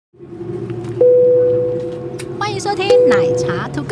欢迎收听奶茶 To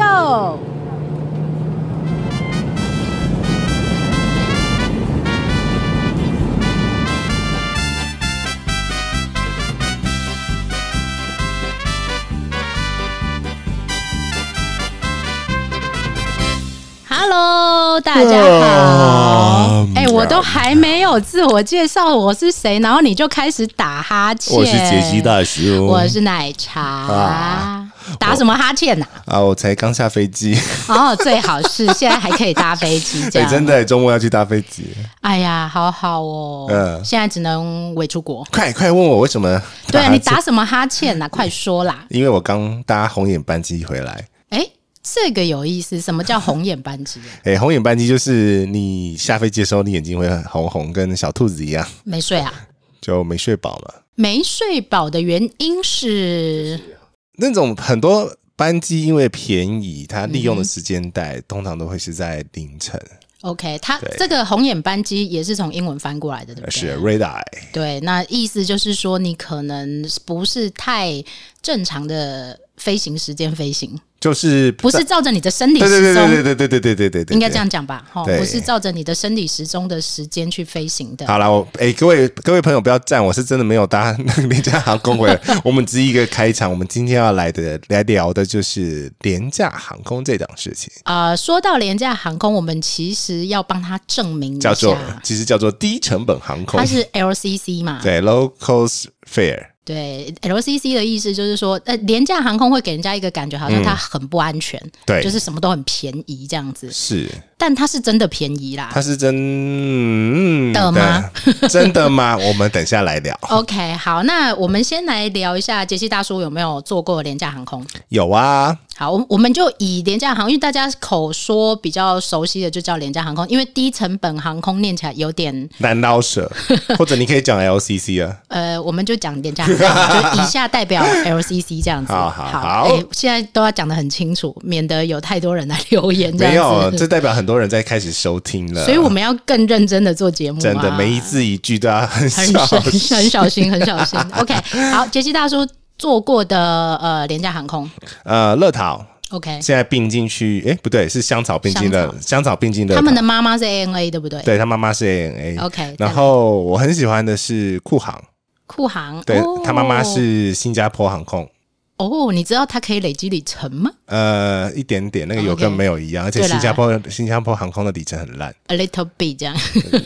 Go。Hello， 大家好。我都还没有自我介绍我是谁，然后你就开始打哈欠。 我是杰西大叔， 我是奶茶。打什么哈欠啊？ 我才刚下飞机。 最好是现在还可以搭飞机，这样。 真的，周末要去搭飞机。 哎呀，好好哦。现在只能伪出国。 快问我为什么？ 对啊，你打什么哈欠啊？快说啦！ 因为我刚搭红眼班机回来。 这个有意思，什么叫红眼班机？ 红眼班机就是你下飞机的时候，你眼睛会红红，跟小兔子一样。 没睡啊？ 就没睡饱嘛。没睡饱的原因是那种很多班机因为便宜，它利用的时间带通常都会是在凌晨。 OK， 它这个红眼班机也是从英文翻过来的，对不对？ 是 red eye。对， 那意思就是说你可能不是太正常的飞行时间飞行。 就是不是照着你的生理时钟， 对， 应该这样讲吧？不是照着你的生理时钟的时间去飞行的。 好了，各位朋友不要站，我是真的没有搭廉价航空回来。我们只是一个开场，我们今天要来聊的就是廉价航空这档事情。 说到廉价航空，我们其实要帮它证明一下， 其实叫做低成本航空， 它是 LCC 嘛？ 对 ，Low Cost Fare。 对 LCC 的意思就是说，廉价航空会给人家一个感觉，好像它很不安全， 对， 就是什么都很便宜这样子。 是， 但它是真的便宜啦。 它是真的吗？ 真的吗？我们等一下来聊。 OK， 好，那我们先来聊一下杰西大叔有没有做过廉价航空？ 有啊。 好，我们就以廉价航空，因为大家口说比较熟悉的就叫廉价航空，因为低成本航空念起来有点难捞舌，或者你可以讲 LCC 啊。 我们就讲廉价航空，就以下代表 LCC 这样子。 好， 现在都要讲得很清楚，免得有太多人来留言这样子。 没有，这代表很多人在开始收听了， 所以我们要更认真的做节目。 真的，每一字一句都要很小心， 很小心。OK， 好，杰西大叔做过的廉价航空， 乐桃 OK， 现在并进去，不对，是香草并进的，香草并进的。 他们的妈妈是 ANA 对不对？ 对，他妈妈是 ANA。 OK， 然后我很喜欢的是酷航，对，他妈妈是新加坡航空。 你知道它可以累积里程吗？ 一点点，那个有跟没有一样，而且新加坡航空的里程很烂 ，a little bit 这样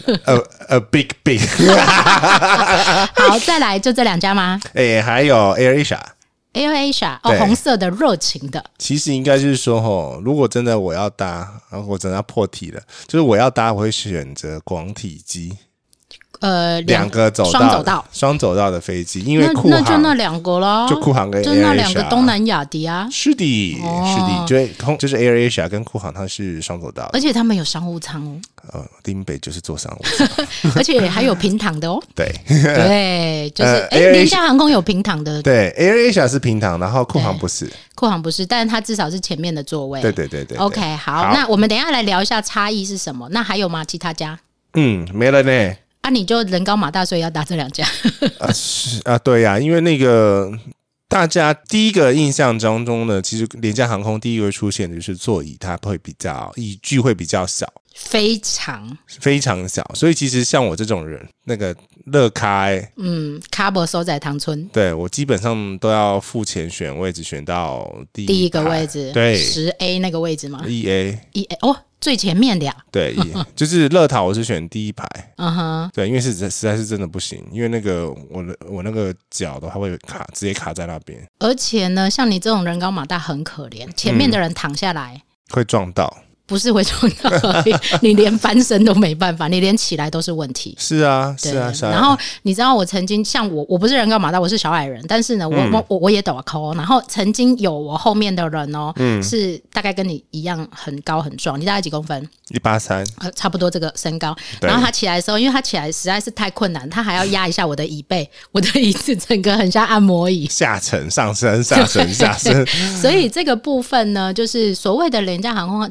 ，a big。 好，再来就这两家吗？ 还有 AirAsia， 红色的热情的。 其实应该就是说，如果真的我要搭，我真的要破题了，就是我要搭，我会选择广体机。两个双走道的飞机，因为酷航那就那两个咯， 就酷航跟 AirAsia， 就那两个东南亚的啊。 是的，就是 AirAsia 跟酷航它是双走道， 而且他们有商务舱哦。 林北就是坐商务舱， 而且还有平躺的哦。 对， 就是廉价航空有平躺的。 对 ，AirAsia 是平躺，然后酷航不是。 酷航不是，但是它至少是前面的座位。 对。 OK， 好，那我们等一下来聊一下差异是什么。那还有吗？其他家？ 没了呢。 你就人高马大，所以要搭这两家。 对呀，因为那个大家第一个印象当中呢，其实廉价航空第一个会出现的就是座椅，它会椅距会比较小， 非常小， 所以其实像我这种人，那个乐开， 卡博收在塘村， 对，我基本上都要付钱选位置，选到第一个位置，对 10A 那个位置吗 ？1A 最前面的呀。 对，就是乐桃我是选第一排，对，因为实在是真的不行，因为那个我那个脚的话会直接卡在那边， 而且呢，像你这种人高马大很可怜，前面的人躺下来会撞到。 不是会撞到而已，你连翻身都没办法，你连起来都是问题。 是啊。 然后你知道我曾经像我不是人高马大，我是小矮人，但是呢，我也抖扣。然后曾经有我后面的人是大概跟你一样很高很壮，你大概几公分 ？183， 差不多这个身高。然后他起来的时候，因为他起来实在是太困难，他还要压一下我的椅背，我的椅子整个很像按摩椅， 下沉上升，下沉下升。 所以这个部分呢，就是所谓的廉价航空低成本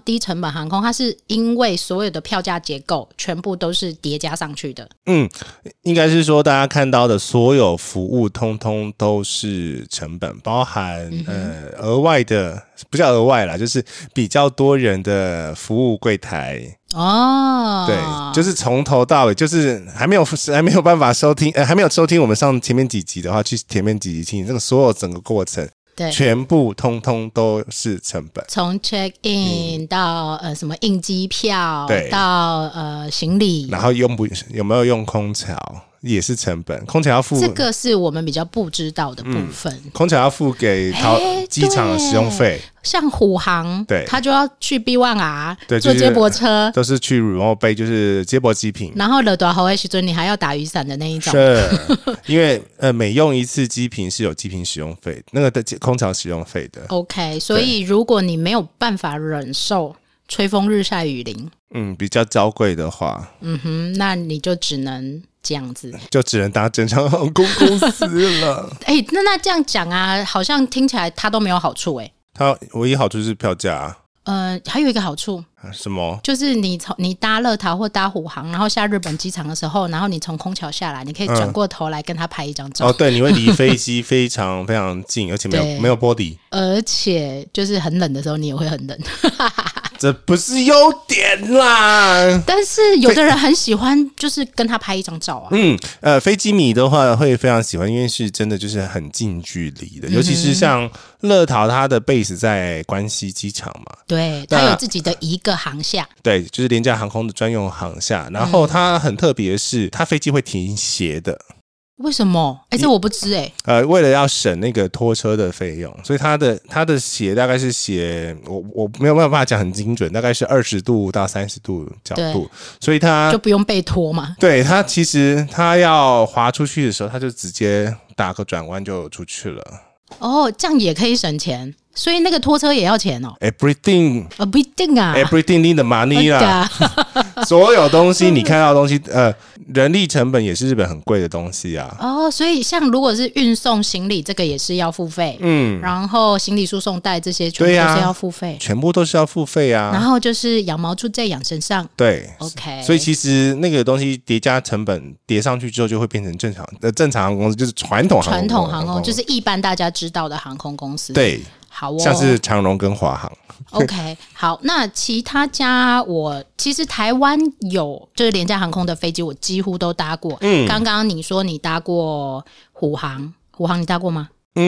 本航空它是因为所有的票价结构全部都是叠加上去的。 应该是说大家看到的所有服务通通都是成本，包含额外的，不叫额外啦，就是比较多人的服务柜台。对，就是从头到尾，就是还没有办法收听，还没有收听我们上前面几集的话，去前面几集听这个所有整个过程。对，全部通通都是成本，从 check in 到什么印机票，到行李， 然后有没有用空调也是成本，空调要付， 这个是我们比较不知道的部分。 空调要付给机场的使用费， 像虎航，对，他就要去 B1R 坐接驳车， 都是去 remote bay， 就是接驳机坪。 然后了大雨的时候，你还要打雨伞的那一种， 是因为每用一次机坪是有机坪使用费，那个的空调使用费的。 OK， 所以如果你没有办法忍受吹风日晒雨淋， 比较娇贵的话， 那你就只能这样子， 就只能搭正常航空公司了。 那这样讲啊，好像听起来它都没有好处它唯一好处是票价还有一个好处什么？ 就是你搭乐桃或搭虎航，然后下日本机场的时候，然后你从空桥下来，你可以转过头来跟他拍一张照。 对，你会离飞机非常非常近，而且没有玻璃， 而且就是很冷的时候，你也会很冷。 这不是优点啦， 但是有的人很喜欢，就是跟他拍一张照啊。 飞机迷的话会非常喜欢，因为是真的就是很近距离的，尤其是像乐桃，它的 base 在关西机场嘛， 对，它有自己的一个航厦， 对，就是廉价航空的专用航厦。然后它很特别的是，它飞机会停斜的。 为什么？这我不知为了要省那个拖车的费用，所以它的斜大概是斜，我没有办法讲很精准，大概是20度到30度角度，所以它就不用被拖嘛。 对，它其实它要滑出去的时候，它就直接打个转弯就出去了。 这样也可以省钱。所以那个拖车也要钱 ？Everything 不一定啊 ，Everything need money 啦。所有东西你看到的东西，人力成本也是日本很贵的东西啊。 所以像如果是运送行李，这个也是要付费。然后行李输送带这些全部都是要付费， 全部都是要付费啊。 然后就是羊毛出在羊身上。 对 ，OK。 所以其实那个东西叠加成本叠上去之后，就会变成正常航空公司，就是传统航空， 就是一般大家知道的航空公司。 对。 好像是长荣跟华航。 OK， 好，那其他家其实台湾有就是廉价航空的飞机，我几乎都搭过。刚刚你说你搭过虎航你搭过吗？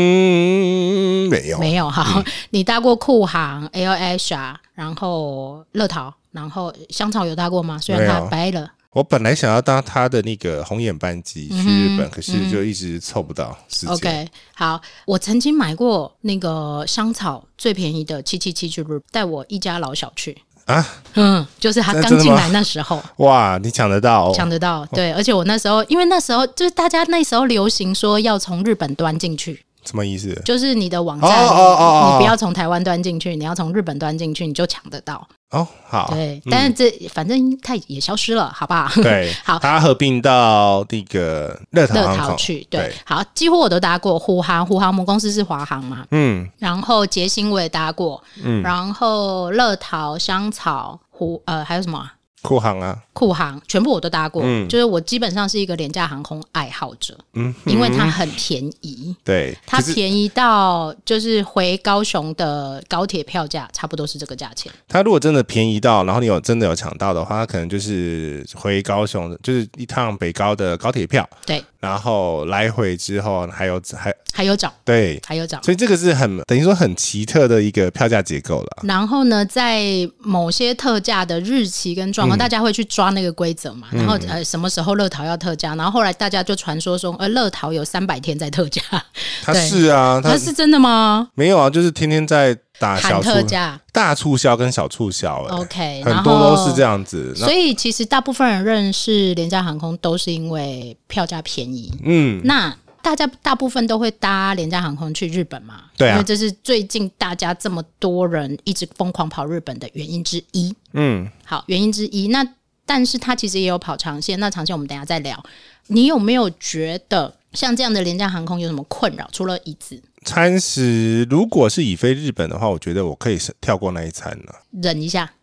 没有。 好，你搭过酷航、AirAsia， 然后乐桃，然后香草有搭过吗？虽然它掰了。 我本来想要搭他的那个红眼班机去日本，可是就一直凑不到时间。 OK， 好，我曾经买过那个香草最便宜的777去日本，带我一家老小去啊。就是他刚进来那时候。 哇，你抢得到？ 抢得到，对，而且我那时候，因为那时候就是大家那时候流行说要从日本端进去。 什么意思？ 就是你的网站，你不要从台湾端进去，你要从日本端进去，你就抢得到。 好， 对，但是反正它也消失了，好不好？ 对，好，它合并到那个乐桃去，对，好，几乎我都搭过虎航母公司是华航嘛，然后捷星我也搭过，然后乐桃、香草、还有什么？ 酷航全部我都搭过，就是我基本上是一个廉价航空爱好者，因为它很便宜， 对， 它便宜到就是回高雄的高铁票价差不多是这个价钱。 它如果真的便宜到，然后你真的有抢到的话，它可能就是回高雄的，就是一趟北高的高铁票， 对， 然后来回之后还有涨， 对， 还有涨， 所以这个是等于说很奇特的一个票价结构了。 然后呢，在某些特价的日期跟状况，大家会去抓那个规则嘛。然后什么时候乐桃要特价？然后后来大家就传说说，乐桃有300天在特价。 它是啊， 它是真的吗？ 没有啊，就是天天在打小特价、 大促销跟小促销。 OK， 很多都是这样子。 所以其实大部分人认识廉价航空都是因为票价便宜。那大部分都会搭廉价航空去日本嘛？ 对啊， 因为这是最近大家这么多人一直疯狂跑日本的原因之一。好，原因之一。那但是它其实也有跑长线，那长线我们等一下再聊。你有没有觉得像这样的廉价航空有什么困扰？除了椅子、 餐食，如果是以飞日本的话，我觉得我可以跳过那一餐了， 忍一下。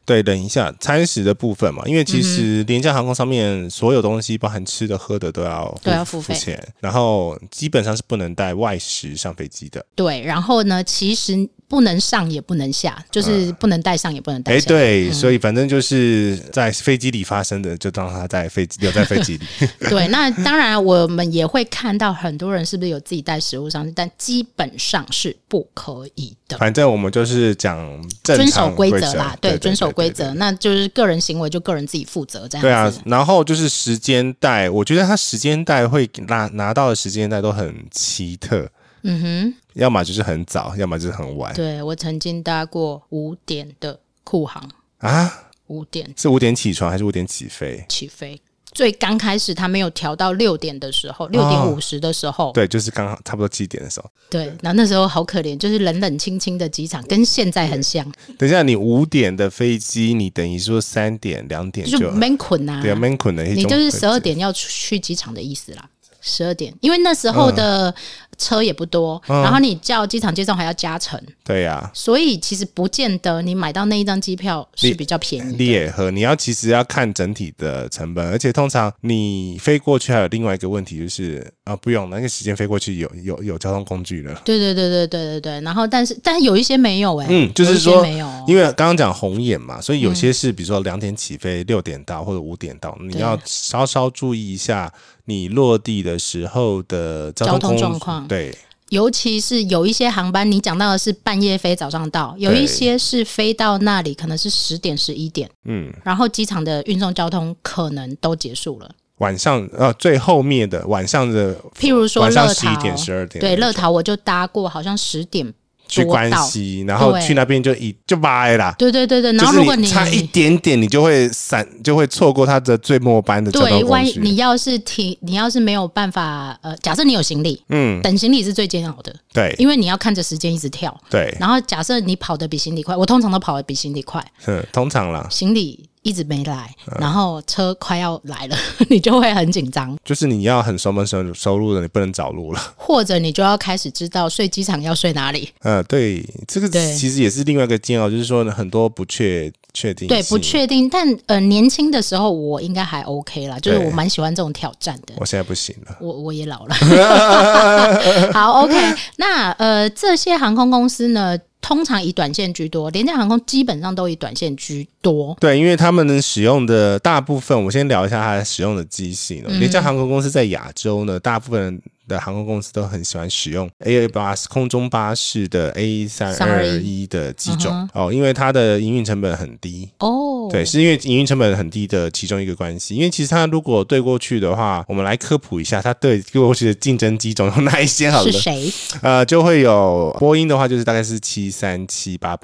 对，忍一下餐食的部分嘛，因为其实廉价航空上面所有东西包含吃的喝的都要付钱，然后基本上是不能带外食上飞机的。 对，然后呢其实不能上也不能下，就是不能带上也不能带下。 对，所以反正就是在飞机里发生的就当它留在飞机里。 对，那当然我们也会看到很多人是不是有自己带食物上去，但基本上是不可以的。 反正我们就是讲遵守规则啦，对，遵守规则，那就是个人行为就个人自己负责这样子。 对啊，然后就是时间带，我觉得他时间带会拿到的时间带都很奇特。要么就是很早，要么就是很晚。 对，我曾经搭过5点的库航啊 ，5点是5点起床还是5点起飞？ 起飞。最刚开始他没有调到6点的时候，6点50的时候， 对，就是刚好差不多7点的时候。 对，然后那时候好可怜，就是冷冷清清的机场，跟现在很像。 等一下，你5点的飞机，你等于说3点、2点就免困啊， 对啊，免困的， 你就是12点要去机场的意思啦。12点，因为那时候的车也不多，然后你叫机场接送还要加成， 对呀， 所以其实不见得你买到那一张机票是比较便宜的。 你也喝，你其实要看整体的成本，而且通常你飞过去还有另外一个问题就是不用那个时间飞过去有交通工具了。 对，然后但有一些没有就是说没有， 因为刚刚讲红眼嘛，所以有些是比如说2点起飞，6点到或者5点到，你要稍稍注意一下你落地的时候的交通状况。 对， 尤其是有一些航班，你讲到的是半夜飞早上到，有一些是飞到那里可能是10点11点，然后机场的运送交通可能都结束了。 晚上最后面的晚上的， 譬如说晚上11点12点， 对，乐桃我就搭过，好像10点去关西，然后去那边就掰啦。 对，然后如果你差一点点，你就会错过它的最末班的交通工具。 对，万一你要是没有办法假设你有行李，等行李是最煎熬的。 对， 因为你要看着时间一直跳。 对， 然后假设你跑得比行李快，我通常都跑得比行李快。 通常啦， 行李一直没来，然后车快要来了，你就会很紧张。 就是你要很熟门熟路的，你不能找路了， 或者你就要开始知道睡机场要睡哪里。 对，这个其实也是另外一个煎熬，就是说很多不确定性。 对，不确定，但年轻的时候我应该还 OK 啦，就是我蛮喜欢这种挑战的。 我现在不行了， 我也老了。好 OK， 那这些航空公司呢，通常以短线居多，廉价航空基本上都以短线居多。 对，因为他们能使用的大部分，我先聊一下它使用的机型。廉价航空公司在亚洲呢，大部分的航空公司都很喜欢使用 Airbus 空中巴士的 A321 的机种因为它的营运成本很低对，是因为营运成本很低的其中一个关系。因为其实它如果对过去的话，我们来科普一下，它对过去的竞争机种有哪一些好了？ 是谁？ 就会有波音的话，就是大概是737-800。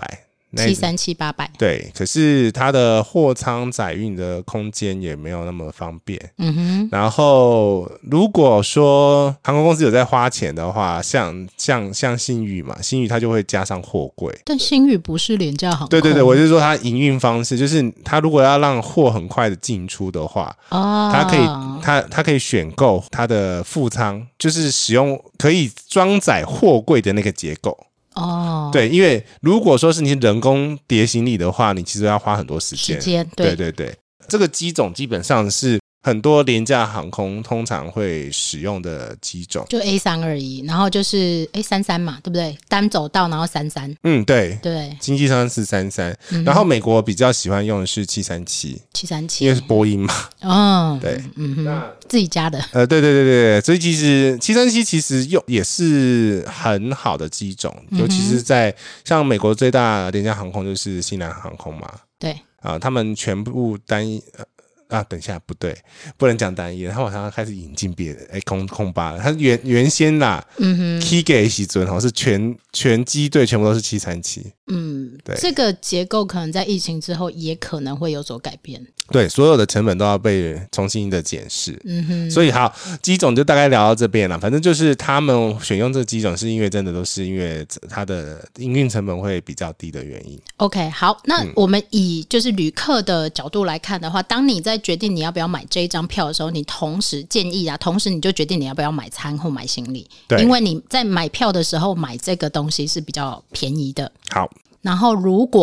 737-800， 对，可是它的货舱载运的空间也没有那么方便。然后如果说航空公司有在花钱的话，像星宇嘛，星宇它就会加上货柜。 但星宇不是廉价航空。 对，我就是说它营运方式，就是它如果要让货很快的进出的话，它可以选购它的副舱，就是使用可以装载货柜的那个结构。对，因为如果说是你人工叠行李的话，你其实要花很多时间。对，这个机种基本上是很多廉价航空通常会使用的机种， 就 A321，然后就是33嘛，对不对？单走道然后33。 对，经济舱是33，然后美国比较喜欢用的是737，因为是波音嘛。对， 自己家的。 对，所以其实737其实也是很好的机种，尤其是在像美国最大廉价航空就是西南航空嘛。 对他们全部单一。等一下，不对，不能讲单一，他好像开始引进别的，空巴了。他原先啦，K 给时准是全机队全部都是737。对， 这个结构可能在疫情之后也可能会有所改变。 对，所有的成本都要被重新的检视。所以好，机种就大概聊到这边了。反正就是他们选用这个机种，是因为真的都是因为它的营运成本会比较低的原因。 OK， 好，那我们以就是旅客的角度来看的话，当你在决定你要不要买这一张票的时候，你同时你就决定你要不要买餐或买行李，因为你在买票的时候买这个东西是比较便宜的。 好， 然后如果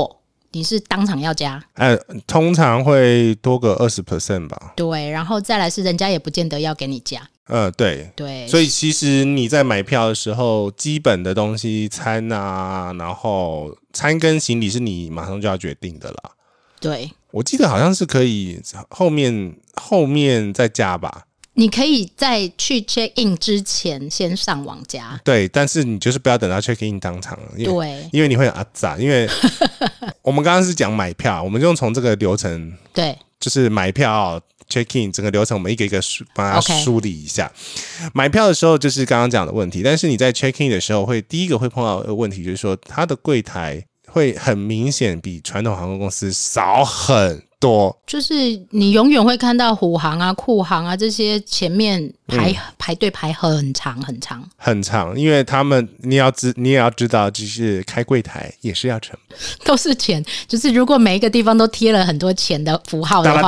你是当场要加？ 通常会多个20% 吧。 对，然后再来是人家也不见得要给你加。 对，所以其实你在买票的时候，基本的东西餐啊，然后餐跟行李是你马上就要决定的啦。 对， 我记得好像是可以后面再加吧。 你可以在去 check in 之前先上网加。 对，但是你就是不要等到 check in 当场， 对， 因为你会很阿杂。因为我们刚刚是讲买票，我们就从这个流程， 对， 就是买票check in 整个流程，我们一个一个帮它梳理一下。买票的时候就是刚刚讲的问题，但是你在 check in 的时候第一个会碰到的问题就是说，它的柜台会很明显比传统航空公司少很多， 就是你永远会看到虎航啊、酷航啊这些前面排队排很长很长很长，因为他们你也要知道，就是开柜台也是要成本， 都是钱。就是如果每一个地方都贴了很多钱的符号的话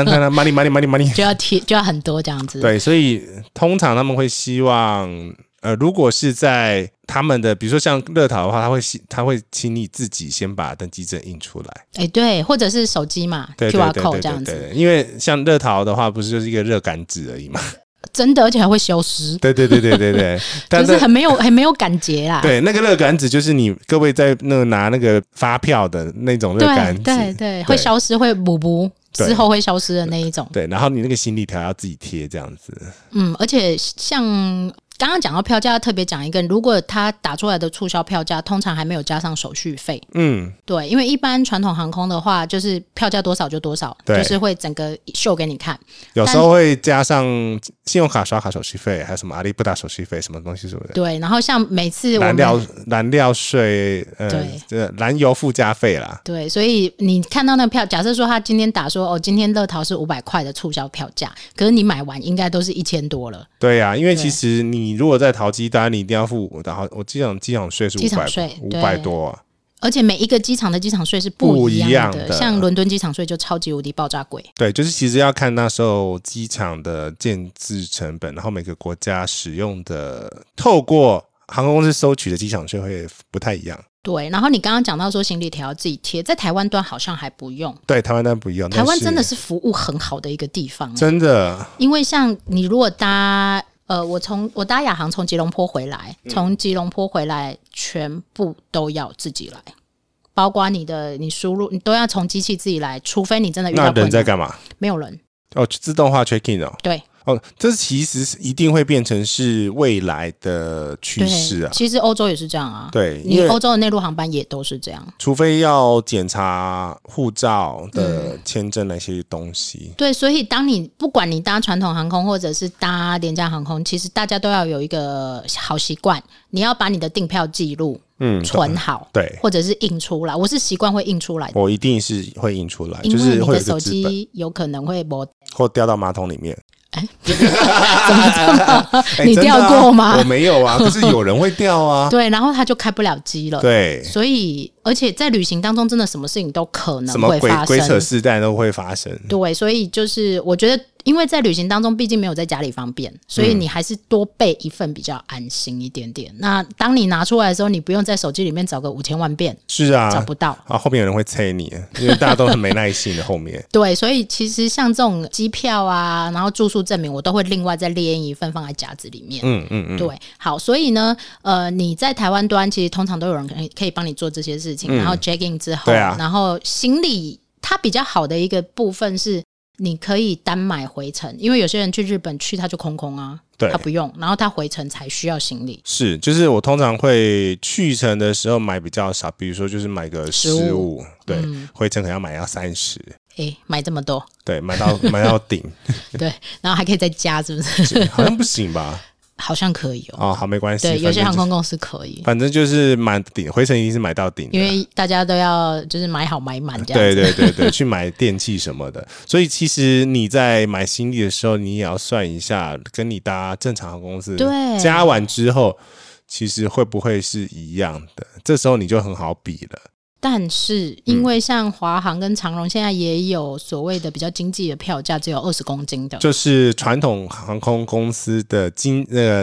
，money 就要很多这样子。 对，所以通常他们会希望。如果是在他们的，比如说像乐淘的话，他会请你自己先把登记证印出来。 对，或者是手机嘛 ，QR code 这样子。 因为像乐淘的话，不是就是一个热感纸而已嘛。 真的，而且还会消失。 对， 就是很没有感觉啦。 对，那个热感纸就是你各位在拿那个发票的那种热感纸， 对，会消失，会补之后会消失的那一种。 对，然后你那个行李条要自己贴这样子。 而且像。刚刚讲到票价，要特别讲一个，如果他打出来的促销票价通常还没有加上手续费，对，因为一般传统航空的话，就是票价多少就多少，就是会整个秀给你看。 有时候会加上信用卡刷卡手续费，还有什么阿里不达手续费，什么东西是不是？ 对，然后像每次我们燃料税，燃油附加费啦。 对，所以你看到那个票，假设说他今天打说今天乐淘是500块的促销票价，可是你买完应该都是1000多了。 对啊，因为其实你如果在淘机单，你一定要付我机场税是500多啊， 而且每一个机场的机场税是不一样的，像伦敦机场税就超级无敌爆炸贵。 对，就是其实要看那时候机场的建制成本，然后每个国家使用的透过航空公司收取的机场税会不太一样。 对，然后你刚刚讲到说行李条要自己贴，在台湾端好像还不用。 对，台湾端不用。 台湾真的是服务很好的一个地方， 真的。 因为像你如果搭我搭亚航从吉隆坡回来，全部都要自己来，包括你输入你都要从机器自己来，除非你真的遇到困难。 那人在干嘛？ 没有人。 自动化 check in 哦。 对。 这其实一定会变成是未来的趋势啊。 其实欧洲也是这样啊。 对， 你欧洲的内陆航班也都是这样。 除非要检查护照的签证那些东西。 对，所以不管你搭传统航空或者是搭廉价航空，其实大家都要有一个好习惯，你要把你的订票记录存好， 对， 或者是印出来。我是习惯会印出来的。 我一定是会印出来， 因为你的手机有可能会或掉到马桶里面。 怎么这么？你掉过吗？ 我没有啊，可是有人会掉啊。 对，然后他就开不了机了。 对， 所以而且在旅行当中，真的什么事情都可能会发生， 什么鬼扯事态都会发生。 对，所以就是我觉得。因为在旅行当中毕竟没有在家里方便，所以你还是多备一份比较安心一点点。那当你拿出来的时候，你不用在手机里面找个5000万遍， 是啊， 找不到后面有人会催你，因为大家都很没耐心的后面。 对，所以其实像这种机票啊，然后住宿证明，我都会另外再列印一份放在夹子里面。对，好，所以呢，你在台湾端其实通常都有人可以帮你做这些事情，然后 check in 之后，然后行李它比较好的一个部分是。你可以单买回程，因为有些人去日本他就空啊，他不用，然后他回程才需要行李。 是，就是我通常会去程的时候买比较少，比如说就是买个15，对，回程可能要买到30。 买这么多？对， 买到顶。 对，然后还可以再加，是不是？ 好像不行吧？ 好像可以哦。 好，没关系。 对，有些航空公司可以。 反正就是买顶，回程一定是买到顶的， 因为大家都要就是买好买满这样子。 对，去买电器什么的。所以其实你在买行李的时候，你也要算一下，跟你搭正常航空公司加完之后，其实会不会是一样的？这时候你就很好比了。 但是因为像华航跟长荣现在也有所谓的比较经济的票价，只有20公斤的， 就是传统航空公司的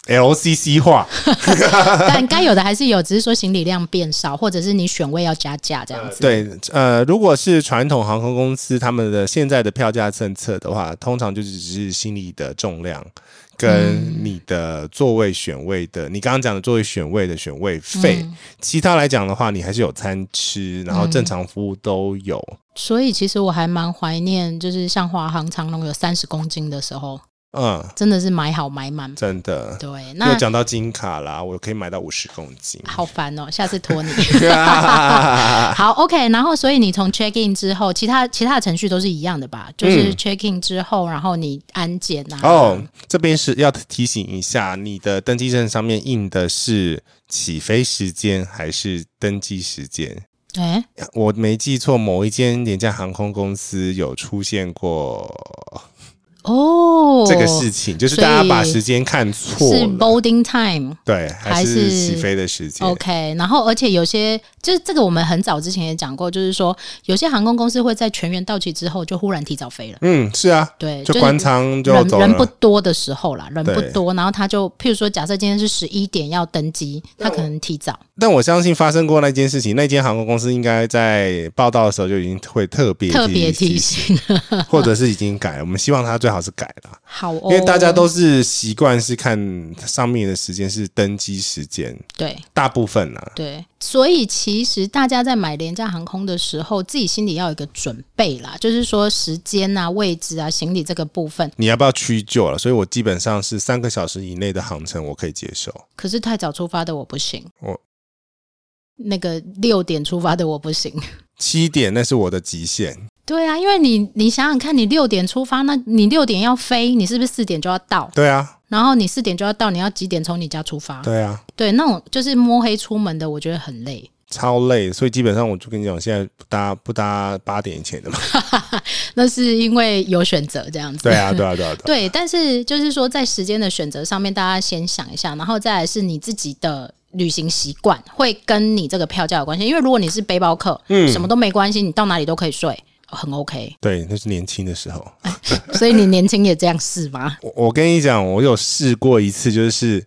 LCC 化但该有的还是有，只是说行李量变少，或者是你选位要加价这样子。 对，如果是传统航空公司他们的现在的票价政策的话，通常就只是行李的重量跟你的座位选位的，你刚刚讲的座位选位的选位费，其他来讲的话，你还是有餐吃，然后正常服务都有。 所以其实我还蛮怀念，就是像华航、长荣有30公斤的时候。真的是买好买满， 真的。 对，那又讲到金卡啦，我可以买到50公斤， 好烦哦，下次托你。好 OK， 然后所以你从 check in 之后，其他的程序都是一样的吧？就是 check in 之后，然后你安检啊。 这边是要提醒一下，你的登机证上面印的是起飞时间还是登机时间？我没记错，某一间廉价航空公司有出现过这个事情，就是大家把时间看错了，是 boarding time 对，还是起飞的时间 OK。 然后而且有些就是这个我们很早之前也讲过，就是说有些航空公司会在全员到齐之后就忽然提早飞了。 是啊，对，就关舱就走了， 人不多的时候啦，人不多，然后他就譬如说假设今天是11点要登机，他可能提早。但我相信发生过那件事情，那间航空公司应该在报道的时候就已经会特别提醒或者是已经改了，我们希望他最好是改了。 好因为大家都是习惯是看上面的时间是登机时间， 对， 大部分啦， 对，所以其实大家在买廉价航空的时候，自己心里要有一个准备啦，就是说时间啊、位置啊、行李这个部分， 你要不要屈就了？所以我基本上是3个小时以内的航程我可以接受， 可是太早出发的我不行，那个6点出发的我不行 ，7点那是我的极限。 对啊，因为你想想看，你6点出发，那你6点要飞，你是不是4点就要到？ 对啊， 然后你4点就要到，你要几点从你家出发？ 对啊， 对，那种就是摸黑出门的，我觉得很累， 超累。所以基本上我就跟你讲，现在不搭8点以前的嘛。 那是因为有选择这样子。 对啊。 对，但是就是说在时间的选择上面，大家先想一下，然后再来是你自己的旅行习惯会跟你这个票价有关系。因为如果你是背包客，什么都没关系，你到哪里都可以睡，很 OK。 对，那是年轻的时候。 所以你年轻也这样试吗？ 我跟你讲，我有试过一次，就是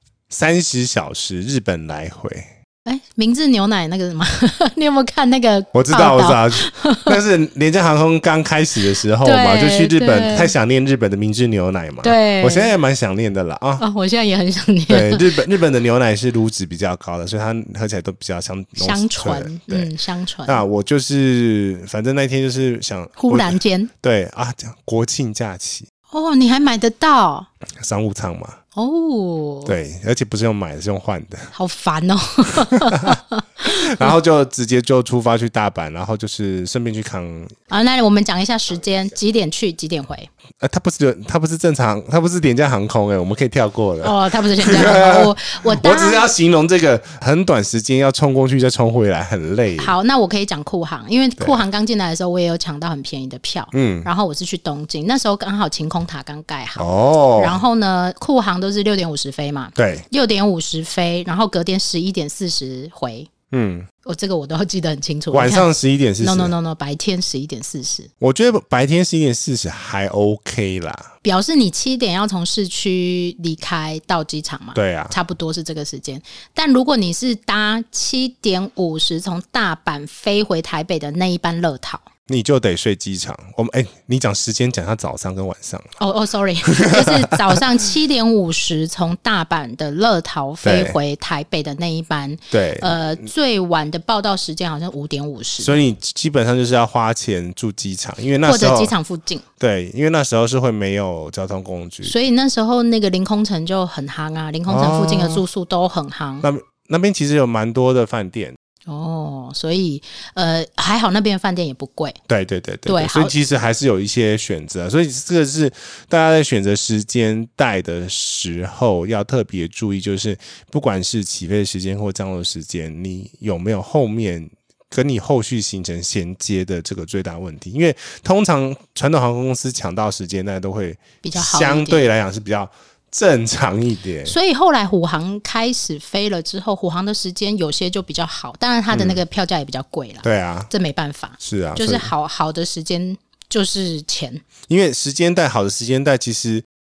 30小时日本来回。 明治牛奶那个什么你有没有看那个？ 我知道但是廉价航空刚开始的时候嘛，就去日本，太想念日本的明治牛奶嘛。 对， 我现在也蛮想念的啦我现在也很想念。 对，日本的牛奶是乳脂比较高的，所以它喝起来都比较香醇。 香醇。 那我就是反正那天就是想忽然间对啊，国庆假期你还买得到商务舱嘛？对，而且不是用买的，是用换的，好烦哦。 然后就直接就出发去大阪，然后就是顺便去看。 那我们讲一下时间，几点去，几点回？ 它不是正常，它不是廉价航空我们可以跳过的。 它不是廉价航空。我只是要形容这个很短时间要冲过去再冲回来，很累。 好，那我可以讲酷航，因为酷航刚进来的时候，我也有抢到很便宜的票。然后我是去东京，那时候刚好晴空塔刚盖好。然后呢，酷航都是6点50飞嘛， 对 ，6点50飞，然后隔天11点40回。这个我都要记得很清楚。 晚上11点40 No， 白天11点40。 我觉得白天11点40还 OK 啦， 表示你7点要从市区离开到机场嘛？ 对啊， 差不多是这个时间。但如果你是搭7点50从大阪飞回台北的那一班乐桃， 你就得睡机场。你讲时间讲它早上跟晚上。 sorry， 就是早上7点50从大阪的乐桃飞回台北的那一班。 对， 最晚的报到时间好像5点50。 所以你基本上就是要花钱住机场，因为那时候或者机场附近。 对，因为那时候是会没有交通工具， 所以那时候那个临空城就很夯啊，临空城附近的住宿都很夯。 那边其实有蛮多的饭店。 所以还好那边的饭店也不贵。对， 所以其实还是有一些选择，所以这个是大家在选择时间带的时候要特别注意，就是不管是起飞的时间或降落时间，你有没有后面跟你后续行程衔接的这个最大问题。因为通常传统航空公司抢到时间，那都会比较好， 相对来讲是比较正常一点。 所以后来虎航开始飞了之后，虎航的时间有些就比较好，当然它的那个票价也比较贵啦。 对啊， 这没办法。 是啊， 就是好的时间就是钱。 因为时间带好的时间带，其实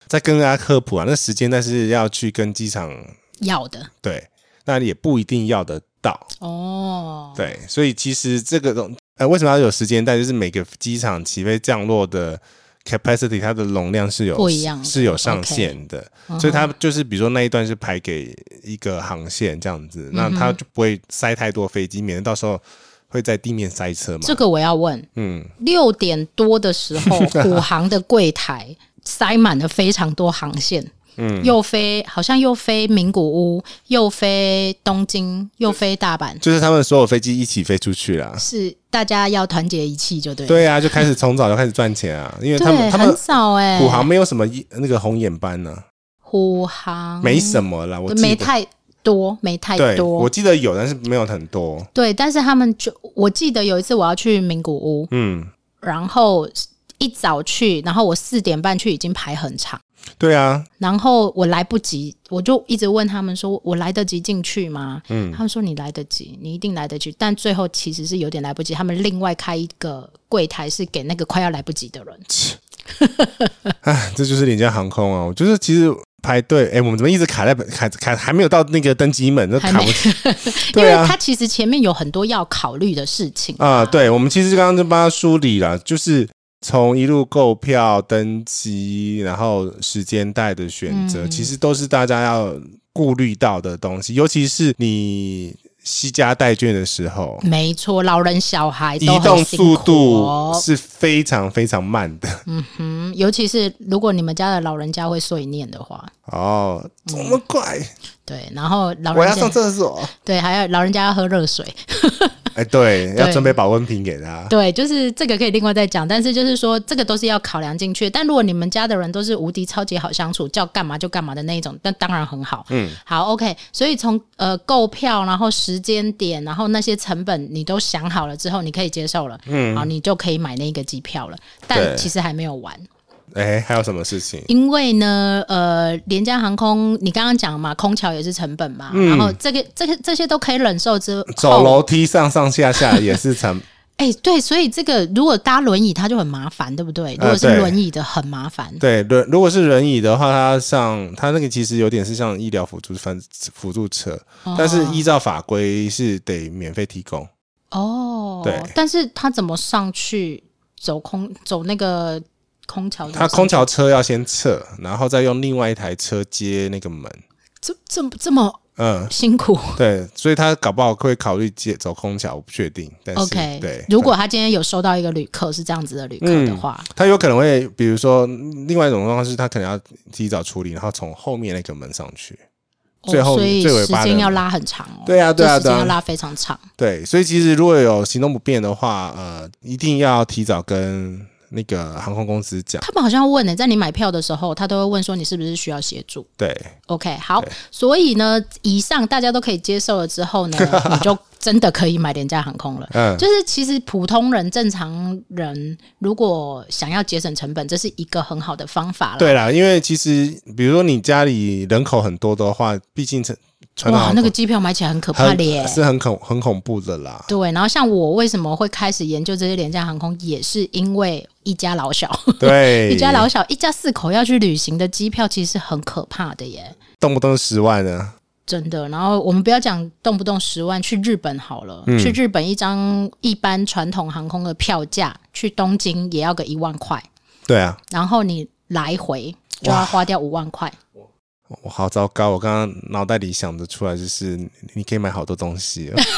再跟大家科普啊，那时间但是要去跟机场要的， 对，那也不一定要得到哦。 对，所以其实这个为什么要有时间带？就是每个机场起飞降落的 capacity 它的容量是有不一样的， 是有上限的，所以它就是比如说那一段是排给一个航线这样子，那它就不会塞太多飞机，免得到时候会在地面塞车嘛。 这个我要问，6点多的时候，虎航的柜台塞满了非常多航线。好像又飞名古屋，又飞东京，又飞大阪， 就是他们所有飞机一起飞出去啦。 是大家要团结一气就对了。 对啊，就开始从早就开始赚钱啊，因为他们很少虎航没有什么那个红眼班呢、 虎航没什么啦，我记得没太多。 对，我记得有，但是没有很多。 对，但是他们我记得有一次我要去名古屋，然后一早去，然后我4点半去，已经排很长。 对啊， 然后我来不及，我就一直问他们说：“我来得及进去吗？”他们说：“你来得及，你一定来得及。”但最后其实是有点来不及，他们另外开一个柜台是给那个快要来不及的人。 哎，这就是廉价航空啊！我觉得其实排队，我们怎么一直卡还没有到那个登机门，都卡不起。 对啊，因为他其实前面有很多要考虑的事情啊。对，我们其实刚刚就帮他梳理了，就是从一路购票、登机，然后时间带的选择，其实都是大家要顾虑到的东西，尤其是你惜家带眷的时候。 没错，老人小孩都移动速度是非常非常慢的。 尤其是如果你们家的老人家会碎念的话。 这么快？ 对，然后老人家我要上厕所。 对，还有老人家要喝热水。 对，要准备保温瓶给他。 对，就是这个可以另外再讲，但是就是说这个都是要考量进去。但如果你们家的人都是无敌超级好相处，叫干嘛就干嘛的那一种，那当然很好。好 OK， 所以从购票，然后时间点，然后那些成本你都想好了之后，你可以接受了，好，你就可以买那个机票了。但其实还没有完。 还有什么事情？ 因为呢，廉价航空，你刚刚讲嘛，空桥也是成本嘛，然后这些都可以忍受之后， 走楼梯上上下下也是成本。对，所以这个如果搭轮椅，它就很麻烦，对不对？如果是轮椅的，很麻烦。 对，如果是轮椅的话，它那个其实有点是像医疗辅助车，但是依照法规是得免费提供。对， 但是他怎么上去走那个？ 他空桥车要先撤，然后再用另外一台车接那个门， 这么辛苦。 对，所以他搞不好会考虑走空桥，我不确定。但是 OK， 对， 如果他今天有收到一个旅客是这样子的旅客的话， 他有可能会，比如说另外一种状况是他可能要提早处理，然后从后面那个门上去。 所以时间要拉很长对啊， 时间要拉非常长。 对，所以其实如果有行动不便的话，一定要提早跟那个航空公司讲。 他们好像问在你买票的时候，他都会问说你是不是需要协助。 对 ，OK， 好，所以呢，以上大家都可以接受了之后呢，你就真的可以买廉价航空了。就是其实普通人、正常人如果想要节省成本，这是一个很好的方法了。 对啦，因为其实比如说你家里人口很多的话，毕竟哇，那个机票买起来很可怕的耶， 是很恐怖的啦。 对，然后像我为什么会开始研究这些廉价航空，也是因为一家老小， 对， 一家老小，一家4口要去旅行的机票，其实是很可怕的耶， 动不动10万呢。 真的，然后我们不要讲动不动10万，去日本好了，去日本一张一般传统航空的票价，去东京也要个1万块。 对啊， 然后你来回就要花掉5万块。 我好糟糕！我刚刚脑袋里想得出来，就是你可以买好多东西了。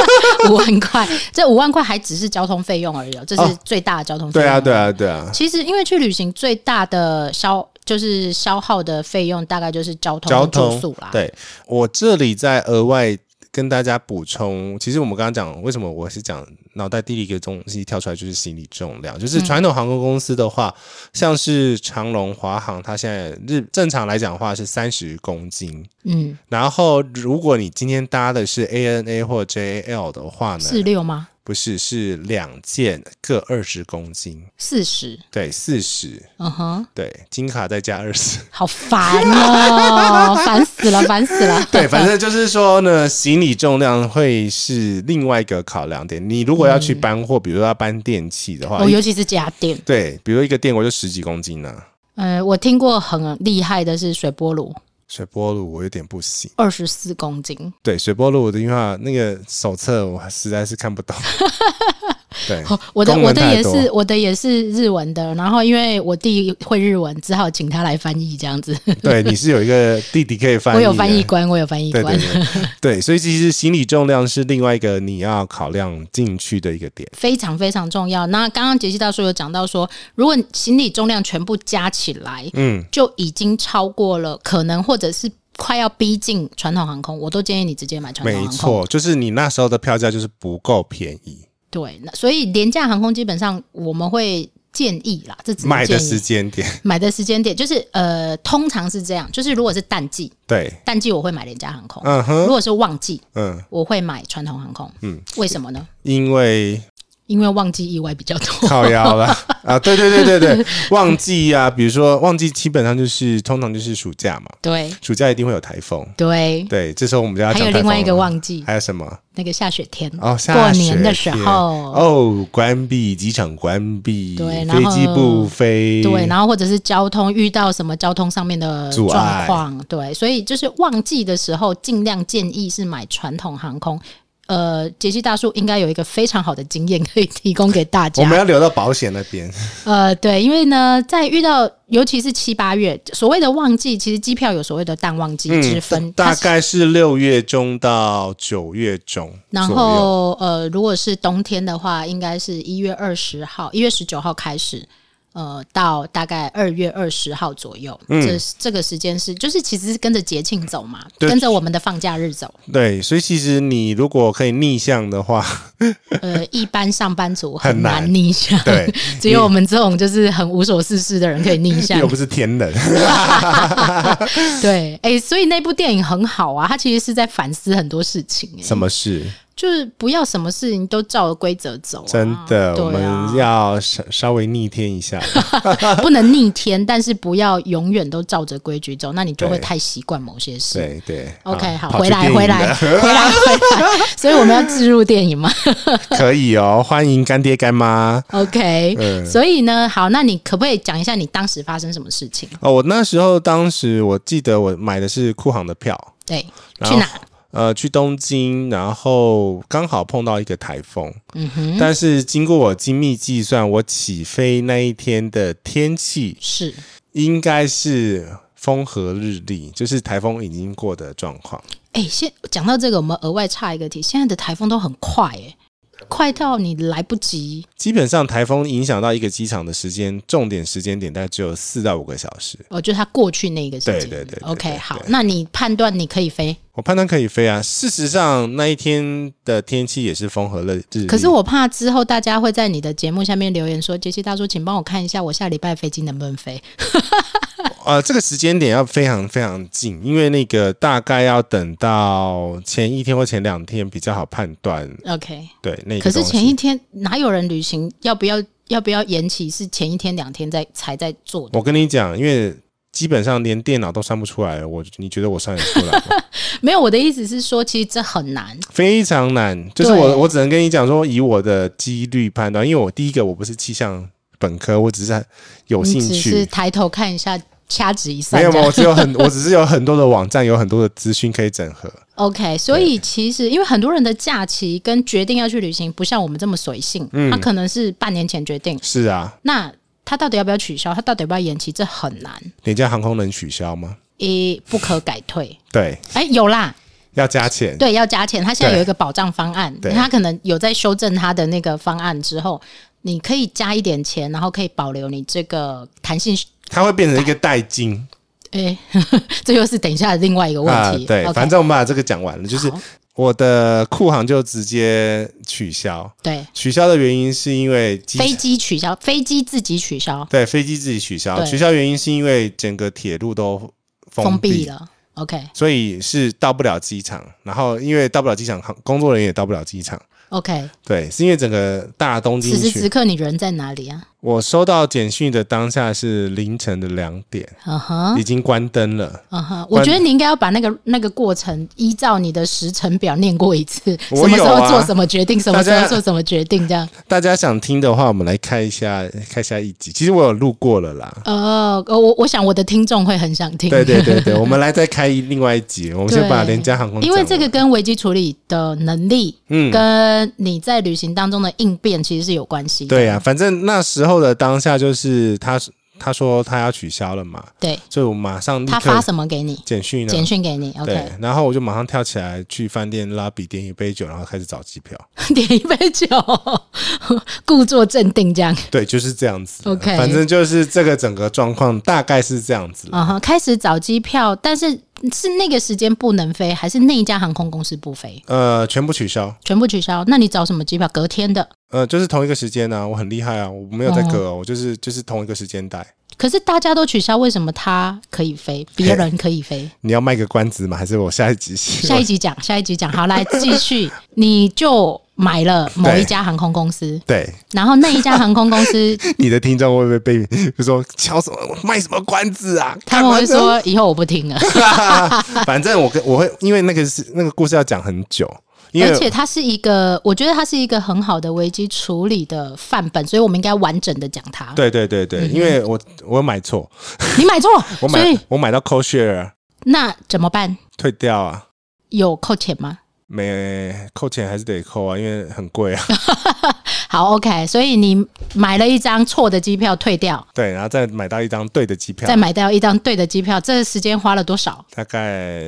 5万块，这5万块还只是交通费用而已，这是最大的交通费用。 对啊。 其实因为去旅行最大的消耗的费用，大概就是交通住宿啦。 对，我这里再额外跟大家补充，其实我们刚刚讲为什么我是讲脑袋第一个东西跳出来就是行李重量，就是传统航空公司的话，像是长荣、华航，它现在正常来讲的话是30公斤，然后如果你今天搭的是 ANA 或 JAL 的话呢 ，46吗？ 不是，是2件各20公斤 ，40， 对，40，对，金卡再加20， 好烦哦，烦死了。 对，反正就是说呢，行李重量会是另外一个考量点。你如果要去搬货，比如说要搬电器的话， 尤其是家电， 对，比如一个电锅就10几公斤呢。 我听过很厉害的是水波炉。 水波炉我有点不行 ，24公斤。 对，水波炉的因为那个手册我实在是看不懂。对，我的也是日文的，然后因为我弟会日文，只好请他来翻译这样子。 对，你是有一个弟弟可以翻译，我有翻译官。 对，所以其实行李重量是另外一个你要考量进去的一个点， 非常非常重要。那刚刚杰西大叔有讲到说，如果行李重量全部加起来，就已经超过了可能或者是快要逼近传统航空，我都建议你直接买传统航空。 没错，就是你那时候的票价就是不够便宜。 对，所以廉价航空基本上我们会建议啦，这只是买的时间点就是通常是这样，就是如果是淡季， 对， 淡季我会买廉价航空，如果是旺季，我会买传统航空，为什么呢？ 因为旺季意外比较多， 靠腰了啊！对，旺季啊，比如说旺季基本上通常就是暑假嘛， 对， 暑假一定会有台风， 对， 这时候我们就要讲台风。 还有另外一个旺季， 还有什么？ 那个下雪天过年的时候关闭机场，闭， 对， 飞机不飞， 对，然后或者是交通遇到什么交通上面的状况，对，所以就是旺季的时候，尽量建议是买传统航空。杰西大叔应该有一个非常好的经验可以提供给大家。 我们要留到保险那边。 对，因为呢，在遇到尤其是7、8月所谓的旺季，其实机票有所谓的淡旺季之分， 大概是6月中到9月中。 然后如果是冬天的话，应该是1月20号、1月19号开始。到大概2月20号左右，这个时间就是其实是跟着节庆走嘛，跟着我们的放假日走。 对，所以其实你如果可以逆向的话， 一般上班族很难逆向， 对， 只有我们这种就是很无所事事的人可以逆向， 又不是天人。 对，所以那部电影很好啊，它其实是在反思很多事情。 什么事？ 就是不要什么事情都照着规则走， 真的，我们要稍微逆天一下， 不能逆天，但是不要永远都照着规矩走，那你就会太习惯某些事。 对 ，OK， 好，回来，所以我们要置入电影吗？ 可以哦，欢迎干爹干妈。 OK，所以呢，好，那你可不可以讲一下你当时发生什么事情？ 我当时我记得我买的是酷航的票， 对，去哪？ 去东京，然后刚好碰到一个台风，但是经过我精密计算，我起飞那一天的天气应该是风和日丽，就是台风已经过的状况。 先讲到这个，我们额外插一个题，现在的台风都很快快到你来不及。 基本上台风影响到一个机场的时间，重点时间点大概只有4到5个小时。 就是它过去那个时间。 对。 OK， 好，那你判断你可以飞？ 我判断可以飞啊。事实上那一天的天气也是风和日丽。 可是我怕之后大家会在你的节目下面留言说，杰西大叔，请帮我看一下我下礼拜飞机能不能飞。 这个时间点要非常非常近，因为那个大概要等到前1天或前2天比较好判断。 OK， 对，那个可是前1天哪有人旅行要不要延期？是前1天2天才在做的。 我跟你讲，因为基本上连电脑都算不出来了，你觉得我算得出来吗？ 没有，我的意思是说，其实这很难， 非常难。就是我只能跟你讲说，以我的几率判断，因为我第一个我不是气象本科，我只是有兴趣， 你只是抬头看一下。掐指一算， 没有，我只是有很多的网站，有很多的资讯可以整合。 OK， 所以其实因为很多人的假期跟决定要去旅行，不像我们这么随性，他可能是半年前决定。 是啊， 那他到底要不要取消？他到底要不要延期？这很难。 廉价航空能取消吗？ 不可改退。 对， 有啦。 要加钱， 对，要加钱。他现在有一个保障方案，他可能有在修正他的那个方案之后，你可以加一点钱，然后可以保留你这个弹性。 它会变成一个代金， 这又是等一下的另外一个问题。 对， okay， 反正我们把这个讲完了，就是我的酷航就直接取消。 对， 取消的原因是因为飞机取消，飞机自己取消。 对，飞机自己取消。取消原因是因为整个铁路都封闭了。OK， 所以是到不了机场，然后因为到不了机场，工作人员也到不了机场。 OK， 对，是因为整个大东京此时此刻你人在哪里啊？ 我收到简讯的当下是凌晨的2点，已经关灯了。 我觉得你应该要把那个过程依照你的时程表念过一次，什么时候做什么决定，什么时候做什么决定，这样。 大家想听的话，我们来开一下一集。其实我有录过了啦。 我想我的听众会很想听。 对，我们来再开另外一集。我们先把廉价航空讲完， 因为这个跟危机处理的能力，跟你在旅行当中的应变其实是有关系的。 对啊，反正那时候的当下就是他说他要取消了嘛， 对， 所以我马上立刻他发什么给你？ 简讯给你 ，OK。 对，然后我就马上跳起来去饭店lobby点一杯酒，然后开始找机票。 点一杯酒，故作镇定这样。 对，就是这样子。 OK， 反正就是这个整个状况大概是这样子。 开始找机票，但是是那个时间不能飞，还是那一家航空公司不飞？ 全部取消。 全部取消。那你找什么机票？隔天的？ 就是同一个时间啊，我很厉害啊，我没有在隔我就是同一个时间带。 可是大家都取消，为什么他可以飞，别人可以飞？ 你要卖个关子吗？还是我下一集讲？好，来继续。你就买了某一家航空公司， 对， 然后那一家航空公司， 你的听众会不会被就说敲什么卖什么关子啊？ 他们会说以后我不听了。 反正我会，因为那个故事要讲很久。 而且它是一个，我觉得它是一个很好的危机处理的范本，所以我们应该完整的讲它。 对，因为我买错， 你买错， 我买到 co-share， 那怎么办？ 退掉啊？ 有扣钱吗？ 没扣钱还是得扣啊，因为很贵啊。 好 ，OK， 所以你买了一张错的机票退掉， 对，然后再买到一张对的机票， 这个时间花了多少？ 大概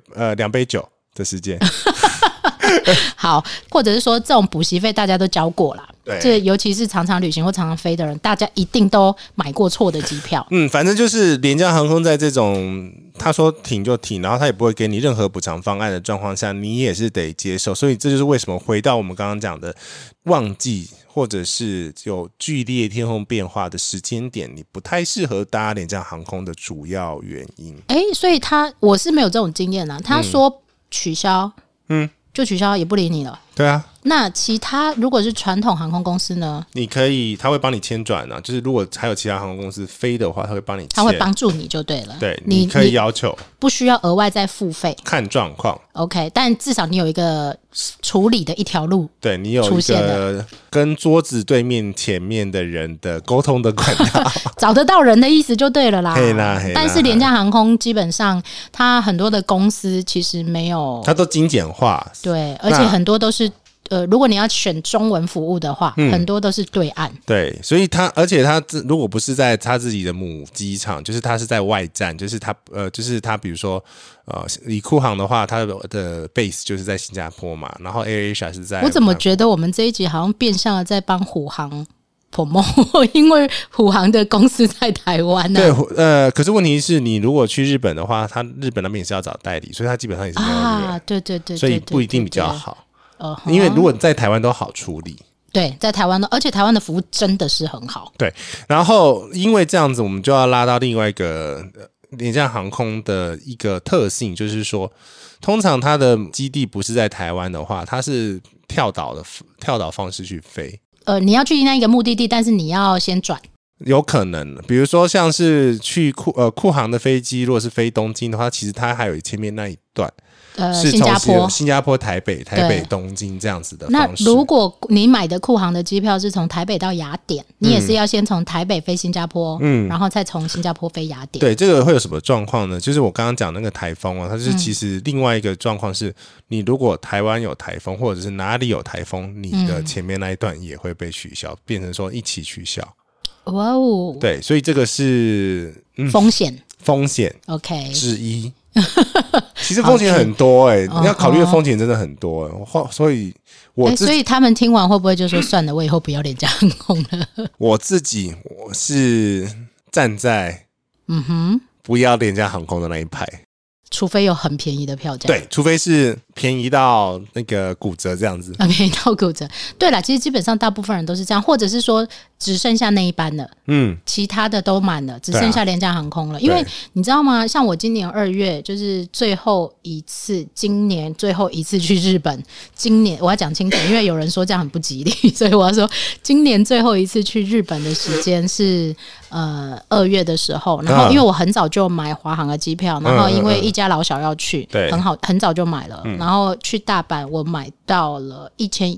2杯酒的时间。 好，或者是说这种补习费大家都交过啦，这尤其是常常旅行或常常飞的人，大家一定都买过错的机票。 反正就是廉价航空在这种他说停就停，然后他也不会给你任何补偿方案的状况下，你也是得接受。所以这就是为什么回到我们刚刚讲的旺季或者是有剧烈天候变化的时间点，你不太适合搭廉价航空的主要原因。 所以我是没有这种经验啊。他说取消，就取消，也不理你了。 对啊。 那其他如果是传统航空公司呢？ 你可以，他会帮你签转啊，就是如果还有其他航空公司飞的话，他会帮你签， 他会帮助你就对了。 对，你可以要求， 不需要额外再付费， 看状况。 OK， 但至少你有一个处理的一条路， 对，你有一个跟桌子对面前面的人的沟通的管道， 找得到人的意思就对了啦。 嘿啦。 但是廉价航空基本上，它很多的公司其实没有， 它都精简化， 对，而且很多都是。如果你要选中文服务的话，很多都是对岸。对， 所以而且他如果不是在他自己的母机场，就是他是在外站，就是他比如说以酷航的话，他的 base 就是在新加坡嘛，然后 AirAsia 是在。 我怎么觉得我们这一集好像变相的在帮虎航promote， 因为虎航的公司在台湾呢。 对，可是问题是你如果去日本的话，他日本那边也是要找代理，所以他基本上也是没有人。 对， 所以不一定比较好。因为如果在台湾都好处理， 对，在台湾而且台湾的服务真的是很好。 对，然后因为这样子，我们就要拉到另外一个廉价航空的一个特性，就是说，通常它的基地不是在台湾的话，它是跳岛方式去飞。 你要去那一个目的地，但是你要先转。 有可能，比如说像是去酷航的飞机，如果是飞东京的话，其实它还有前面那一段。是从新加坡、台北、东京这样子的方式。 那如果你买的酷航的机票是从台北到雅典，你也是要先从台北飞新加坡，然后再从新加坡飞雅典。 对，这个会有什么状况呢？就是我刚刚讲那个台风啊，它是其实另外一个状况是，你如果台湾有台风，或者是哪里有台风，你的前面那一段也会被取消，变成说一起取消。 哇哦！ 对，所以这个是风险 OK 之一。其实风险很多你要考虑的风险真的很多所以所以他们听完会不会就说算了，我以后不要廉价航空了？我是站在不要廉价航空的那一派， 除非有很便宜的票价。 对，除非是便宜到那个骨折这样子。 便宜到骨折。对啦，其实基本上大部分人都是这样，或者是说只剩下那一班了，其他的都满了，只剩下廉价航空了。因为你知道吗？像我今年2月就是今年最后一次去日本。今年我要讲清楚，因为有人说这样很不吉利，所以我要说今年最后一次去日本的时间是2月的时候。然后因为我很早就买华航的机票，然后因为一家老小要去，很早就买了。然后去大阪我买到了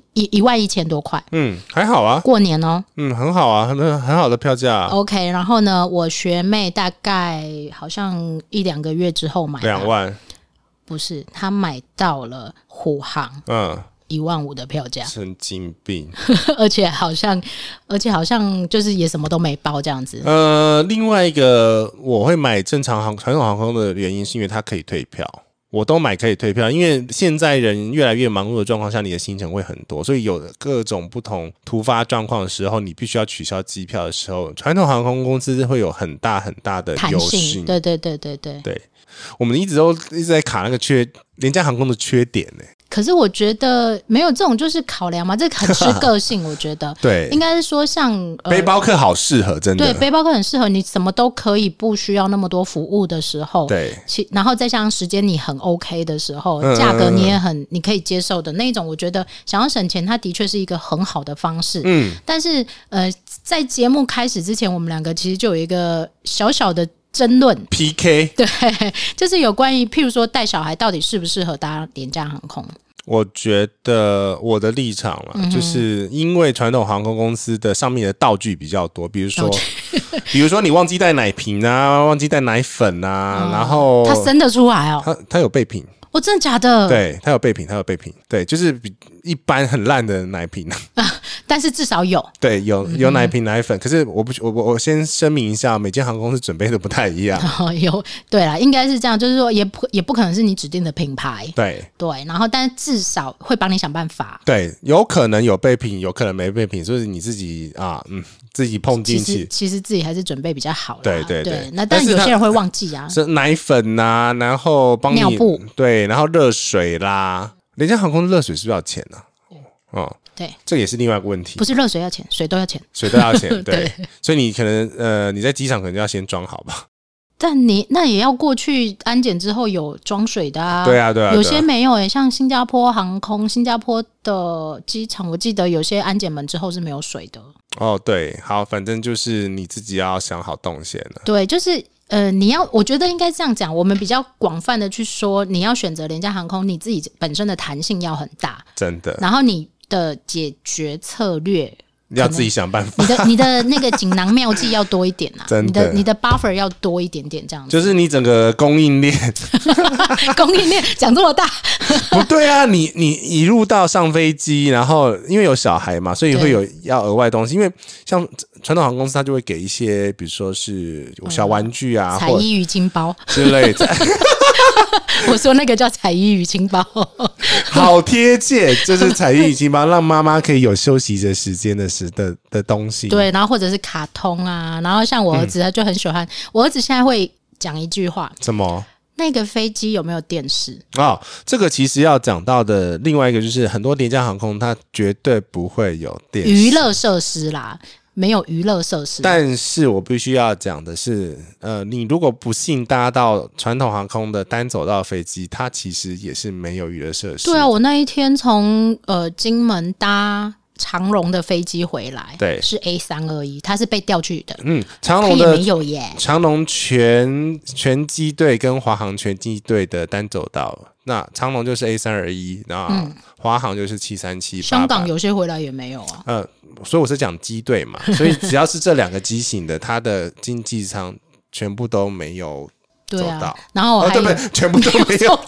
11000多块， 还好啊， 过年哦， 很好啊，很好的票价。 OK， 然后呢，我学妹大概好像1-2个月之后买 2万， 不是，她买到了虎航，15000的票价， 神经病而且好像就是也什么都没包这样子。 另外一个我会买正常传统航空的原因是因为它可以退票。我都买可以退票，因为现在人越来越忙碌的状况下，你的行程会很多，所以有各种不同突发状况的时候，你必须要取消机票的时候，传统航空公司会有很大很大的优势。对，我们一直在卡那个廉价航空的缺点呢。 可是我觉得没有这种就是考量嘛，这很吃个性。我觉得对， 应该是说像背包客好适合，真的对，背包客很适合，你什么都可以，不需要那么多服务的时候， 对， 然后再加上时间你很 OK 的时候，价格你也你可以接受的那一种，我觉得想要省钱，它的确是一个很好的方式。但是在节目开始之前，我们两个其实就有一个小小的争论 PK， 对，就是有关于譬如说带小孩到底适不适合搭廉价航空。 我觉得我的立场啦，就是因为传统航空公司的上面的道具比较多，比如说你忘记带奶瓶啊，忘记带奶粉啊，然后它生得出来哦， 它有备品。 哦，真的假的？ 对，它有备品，对，就是比一般很烂的奶瓶但是至少有，对， 有奶瓶、奶粉。可是我先声明一下，每间航空公司准备的不太一样。 对啦，应该是这样，就是说也不可能是你指定的品牌， 对， 然后但是至少会帮你想办法。 对，有可能有备品，有可能没备品，所以你自己自己碰进去， 其实自己还是准备比较好啦。 对。 那但是有些人会忘记啊， 是奶粉啊，然后帮你尿布， 对，然后热水啦，廉价航空热水是不是要钱啊？ 对， 这也是另外一个问题。 不是热水要钱，水都要钱， 对，所以你可能你在机场可能就要先装好吧。 但你那也要过去安检之后有装水的啊。 对啊， 有些没有像新加坡航空，新加坡的机场我记得有些安检门之后是没有水的。 对，好，反正就是你自己要想好动线了。 对，就是我觉得应该这样讲，我们比较广泛的去说，你要选择廉价航空，你自己本身的弹性要很大， 真的。 然后你的解决策略要自己想办法， 你的那个锦囊妙计要多一点啊， 真的， 你的 buffer 要多一点点，这样子。 就是你整个供应链， 供应链讲这么大， 不对啊！你一入到上飞机，然后因为有小孩嘛，所以会有要额外东西。因为像传统航空公司，它就会给一些，比如说是小玩具啊， 彩衣鱼清包之类的。 我说那个叫彩衣鱼清包， 好贴切，就是彩衣鱼清包，让妈妈可以有休息的时间的东西。 对，然后或者是卡通啊，然后像我儿子他就很喜欢，我儿子现在会讲一句话， 什么？ 那个飞机有没有电视？ 这个其实要讲到的另外一个就是很多廉价航空它绝对不会有电视娱乐设施啦。没有娱乐设施， 但是我必须要讲的是，你如果不幸搭到传统航空的单走道飞机，它其实也是没有娱乐设施。 对啊，我那一天从金门搭长荣的飞机回来， 对， 是 A321，它是被调去的。 长荣的也没有耶。 长荣全机队跟华航全机队的单走道，那长荣就是 A321，那华航就是737。 香港有些回来也没有啊。 所以我是讲机队嘛，所以只要是这两个机型的，它的经济舱全部都没有走到。 然后我还对，全部都没有。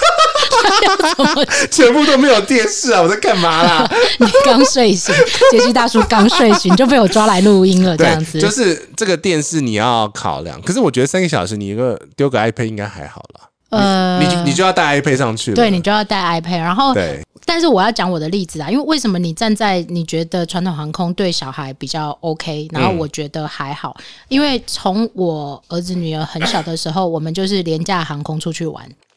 全部都没有电视啊！我在干嘛啦？ 你刚睡醒，杰西大叔刚睡醒就被我抓来录音了，这样子。 就是这个电视你要考量，可是我觉得3个小时你丢个 iPad 应该还好啦。你就要带 iPad 上去了， 对，你就要带 iPad， 然后对。 但是我要讲我的例子啊，因为为什么你站在你觉得传统航空对小孩比较 OK， 然后我觉得还好，因为从我儿子女儿很小的时候，我们就是廉价航空出去玩。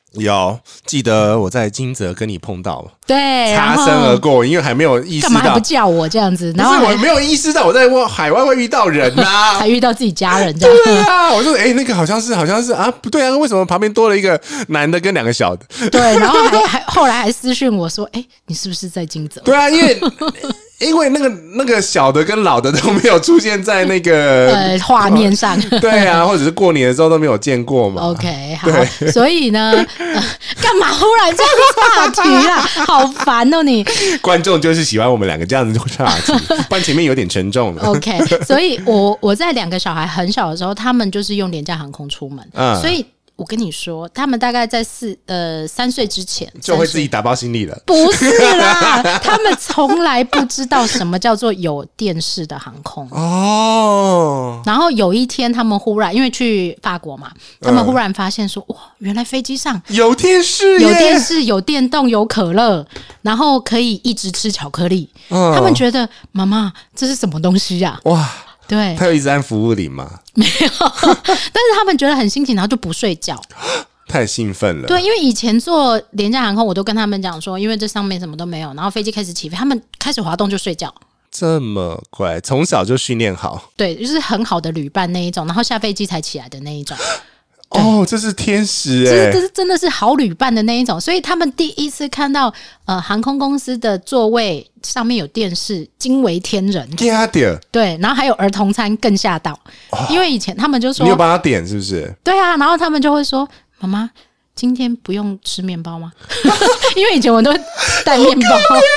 有记得我在金泽跟你碰到， 对， 擦身而过，因为还没有意识到， 干嘛还不叫我这样子？然后我没有意识到我在海外会遇到人啊， 还遇到自己家人这样。 对啊，我说那个好像是啊，不对啊，为什么旁边多了一个男的跟2个小的？ 对，然后后来还私讯我说，你是不是在金泽？ 对啊，因为那个小的跟老的都没有出现在那个画面上， 对啊，或者是过年的时候都没有见过嘛。 OK， 好，所以呢，干嘛忽然这样岔题啊？好烦哦你！ 观众就是喜欢我们2个这样子就岔题，不然前面有点沉重了。 OK， 所以我在2个小孩很小的时候，他们就是用廉价航空出门，所以。我跟你说，他们大概在3岁之前就会自己打包行李了。 不是啦，他们从来不知道什么叫做有电视的航空哦。然后有一天，他们忽然因为去法国嘛，他们忽然发现说，哇，原来飞机上有电视， 有电动，有可乐，然后可以一直吃巧克力。他们觉得妈妈这是什么东西呀？哇！对， 他有一直按服务铃吗？ 没有，但是他们觉得很新奇，然后就不睡觉， 太兴奋了。 对，因为以前坐廉价航空，我都跟他们讲说，因为这上面什么都没有，然后飞机开始起飞，他们开始滑动就睡觉。 这么乖，从小就训练好。 对，就是很好的旅伴那一种，然后下飞机才起来的那一种。 哦，这是天使这是真的是好旅伴的那一种，所以他们第一次看到航空公司的座位上面有电视，惊为天人。对，然后还有儿童餐更吓到，因为以前他们就说你有帮他点是不是？ 对啊，然后他们就会说妈妈今天不用吃面包吗？因为以前我都带面包。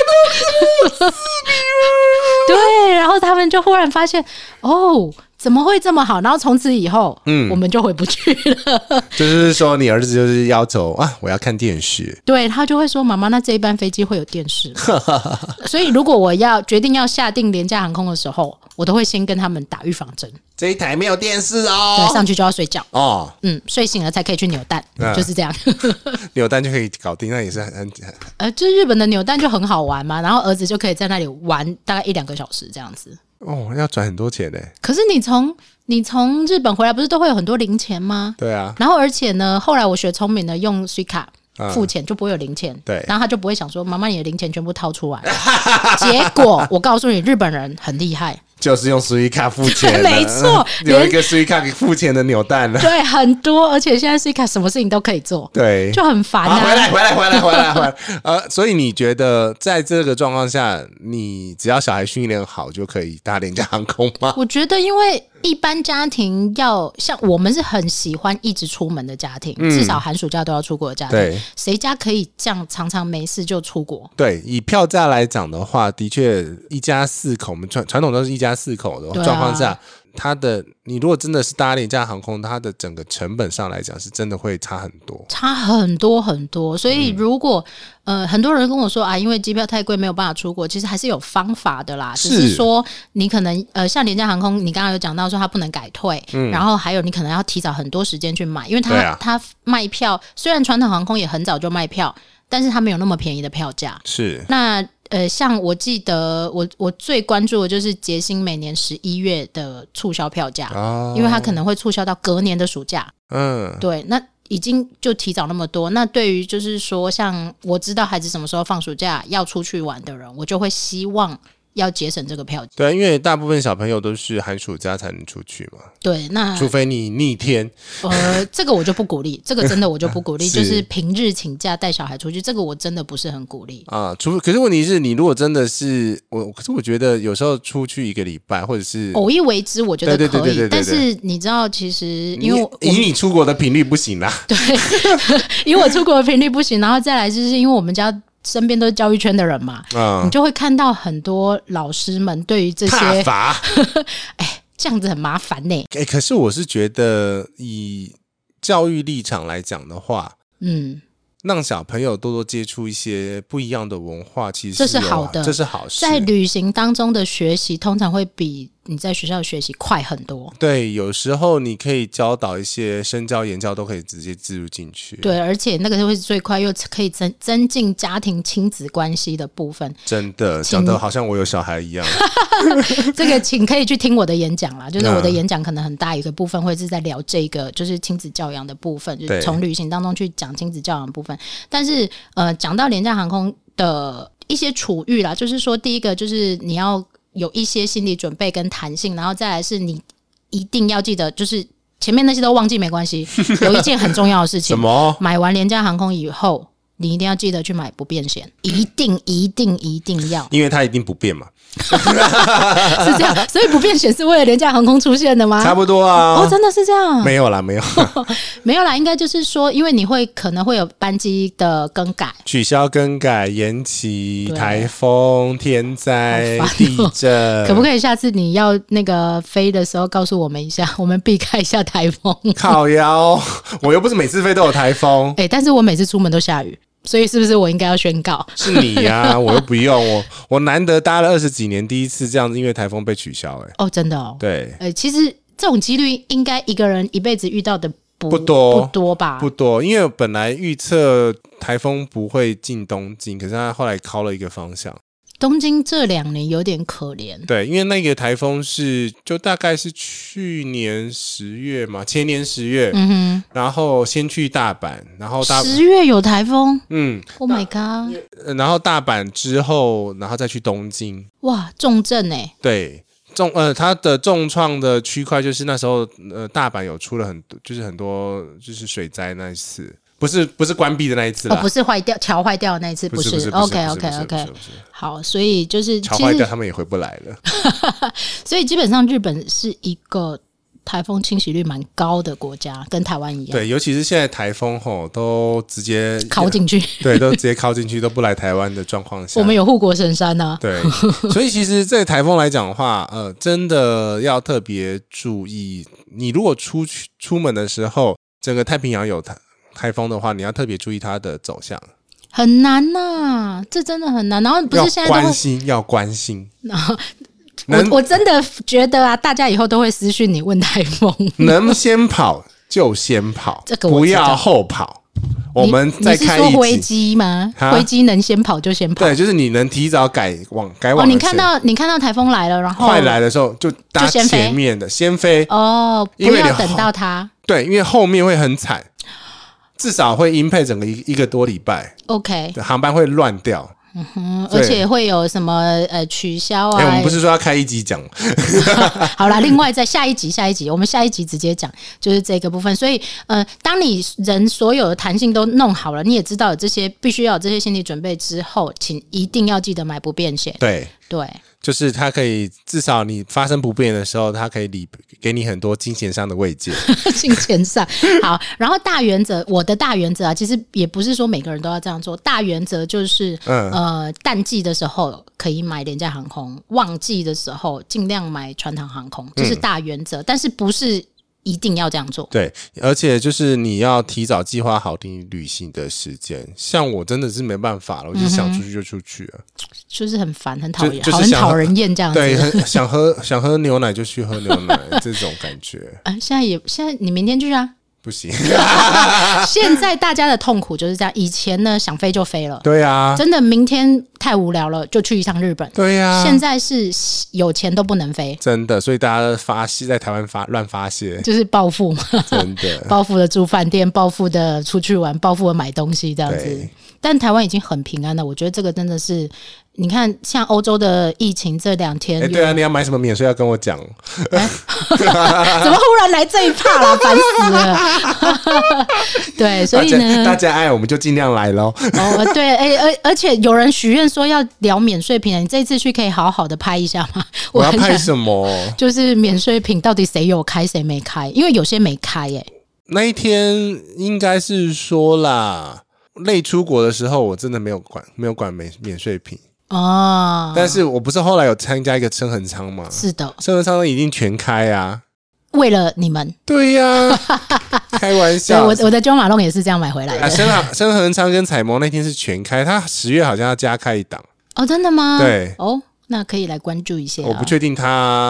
对，然后他们就忽然发现怎么会这么好？然后从此以后，我们就回不去了。 就是说，你儿子就是要求啊，我要看电视。 对，他就会说：“妈妈，那这一班飞机会有电视吗？”所以，如果我要决定要下定廉价航空的时候，我都会先跟他们打预防针。 这一台没有电视哦， 对，上去就要睡觉哦。睡醒了才可以去扭蛋，就是这样。 扭蛋就可以搞定，那也是就日本的扭蛋就很好玩嘛，然后儿子就可以在那里玩大概1-2个小时这样子。 要转很多钱呢。 可是你从日本回来不是都会有很多零钱吗？ 对啊。 然后而且呢，后来我学聪明的用 Suica 付钱就不会有零钱。 对。 然后他就不会想说妈妈你的零钱全部掏出来。结果我告诉你，日本人很厉害。 就是用 Suica 付钱的， 没错， 有一个 Suica 付钱的扭蛋了。 对，很多，而且现在 Suica 什么事情都可以做， 对， 就很烦啊。 回来。所以你觉得在这个状况下，你只要小孩训练好就可以搭廉价航空吗？ 我觉得，因为一般家庭要像我们是很喜欢一直出门的家庭，至少寒暑假都要出国的家庭。对，谁家可以这样常常没事就出国？ 对，以票价来讲的话，的确一家4口，我们传统都是一家4口的状况下，你如果真的是搭廉价航空，它的整个成本上来讲是真的会差很多。所以如果很多人跟我说啊，因为机票太贵没有办法出国，其实还是有方法的啦。只是说你可能像廉价航空，你刚刚有讲到说它不能改退，然后还有你可能要提早很多时间去买，因为它卖票虽然传统航空也很早就卖票，但是它没有那么便宜的票价。 是那像我记得我最关注的就是捷星每年11月的促销票价，因为它可能会促销到隔年的暑假。对，那已经就提早那么多。那对于就是说，像我知道孩子什么时候放暑假要出去玩的人，我就会希望要节省这个票价。 对，因为大部分小朋友都是寒暑假才能出去嘛。 对，那除非你逆天。 这个我就不鼓励，这个真的我就不鼓励。就是平日请假带小孩出去，这个我真的不是很鼓励啊。可是问题是你如果真的是可是我觉得有时候出去1个礼拜或者是偶一为之，我觉得可以。但是你知道，其实因为以你出国的频率不行啦。 对，以我出国的频率不行，然后再来就是因为我们家身边都是教育圈的人嘛，你就会看到很多老师们对于这些这样子很麻烦呢。 可是我是觉得以教育立场来讲的话，让小朋友多多接触一些不一样的文化，其实这是好的， 这是好事。 在旅行当中的学习，通常会比你在学校的学习快很多。 对，有时候你可以教导一些身教言教都可以直接置入进去。 对，而且那个会是最快，又可以增进家庭亲子关系的部分。 真的讲得好像我有小孩一样。 这个请可以去听我的演讲啦，就是我的演讲可能很大一个部分会是在聊这个就是亲子教养的部分，就是从旅行当中去讲亲子教养的部分。但是讲到廉价航空的一些处遇啦，就是说第一个就是你要有一些心理准备跟弹性，然后再来是你一定要记得，就是前面那些都忘记没关系，有一件很重要的事情， 什么？ 买完廉价航空以后，你一定要记得去买不变险，一定要， 因为它一定不变嘛。 是这样，所以不变险是为了廉价航空出现的吗？ 差不多啊。 哦，真的是这样？ 没有啦，没有没有啦，应该就是说，因为你可能会有班机的更改、 取消、更改、延期、台风、天灾、地震， 可不可以下次你要那个飞的时候告诉我们一下，我们避开一下台风？ 靠腰，我又不是每次飞都有台风。 但是我每次出门都下雨。所以是不是我应该要宣告？ 是你呀、我又不用我难得搭了20几年第一次这样子，因为台风被取消哦， 真的哦。 对， 其实这种几率应该一个人一辈子遇到的不多吧？ 不多，因为本来预测台风不会进东京，可是他后来靠了一个方向。 东京这2年有点可怜， 对，因为那个台风就大概是去年10月嘛，前年10月，然后先去大阪，然后 10月有台风，Oh my god， 然后大阪之后，然后再去东京， 哇，重症欸。 对。它的重创的区块就是那时候大阪有出了很多就是水灾那一次。不是关闭的那一次啦， 不是桥坏掉的那一次，不是。OK， 好，所以就是桥坏掉，他们也回不来了。 所以基本上日本是一个台风侵袭率蛮高的国家，跟台湾一样。 对，尤其是现在台风都直接靠进去， 对，都直接靠进去，都不来台湾的状况下， 我们有护国神山啊。 对，所以其实在台风来讲的话，真的要特别注意，你如果出门的时候，整个太平洋有台风的话，你要特别注意它的走向， 很难呐，这真的很难。然后不是现在要关心。 我真的觉得啊，大家以后都会私讯你问台风，能先跑就先跑， 这个不要后跑。我们再开一集。 你是说灰机吗？灰机能先跑就先跑。 对，就是你能提早改往。 你看到台风来了，然后快来的时候就搭前面的先飞哦，不要等到它。 对，因为后面会很惨。至少会因配整个一个多礼拜 ，OK， 航班会乱掉， 而且会有什么取消啊？ 我们不是说要开一集讲， 好啦，另外在下一集，我们下一集直接讲就是这个部分。所以当你人所有的弹性都弄好了，你也知道有这些必须要有这些心理准备之后，请一定要记得买不变险。 对。 就是它可以至少你发生不便的时候，它可以给你很多金钱上的慰藉。 金钱上好，然后我的大原则啊，其实也不是说每个人都要这样做。大原则就是淡季的时候可以买廉价航空，旺季的时候尽量买传统航空，这是大原则。但是不是一定要这样做。 对，而且就是你要提早计划好你旅行的时间。像我真的是没办法了，我就想出去就出去了， 就是很烦很讨厌，很讨人厌这样子。 对，想喝牛奶就去喝牛奶这种感觉。 现在你明天去啊？ 不行。 现在大家的痛苦就是这样，以前呢想飞就飞了， 对啊， 真的明天太无聊了就去一趟日本， 对啊， 现在是有钱都不能飞， 真的，所以大家在台湾乱发泄， 就是报复嘛， 真的报复的住饭店，报复的出去玩，报复的买东西这样子。但台湾已经很平安了，我觉得这个真的是，你看像欧洲的疫情这2天， 对啊，你要买什么免税要跟我讲。 怎么忽然来这一趴啦，烦死了。对，所以呢， 大家爱我们就尽量来咯。 对，而且有人许愿说要聊免税品，你这一次去可以好好的拍一下吗？ 我要拍什么？ 就是免税品到底谁有开谁没开，因为有些没开那一天应该是说啦，类出国的时候我真的没有管免税品哦，但是我不是后来有参加一个深恒仓吗？ 是的， 深恒仓一定全开啊， 为了你们。 对呀，开玩笑。 我的Jo Malone也是这样买回来的。 深恒仓跟彩萌那天是全开，他10月好像要加开一档。 哦，真的吗？ 对， 那可以来关注一下。 我不确定他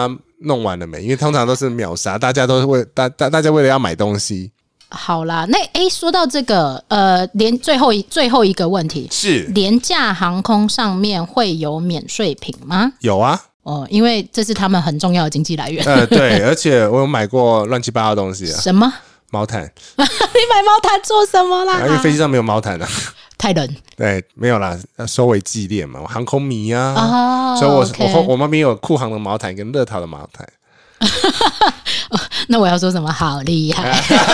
弄完了没？因为通常都是秒杀，大家都为大家为了要买东西。 好啦，那说到这个，连最后一个问题是， 廉价航空上面会有免税品吗？ 有啊。 因为这是他们很重要的经济来源。 对，而且我有买过乱七八糟的东西啊。 什么？ 毛毯。 你买毛毯做什么啦？ 因为飞机上没有毛毯啊。 太冷。 对，没有啦，收为纪念嘛，航空迷啊。所以我那边有酷航的毛毯跟乐桃的毛毯。 那我要说什么？好厉害！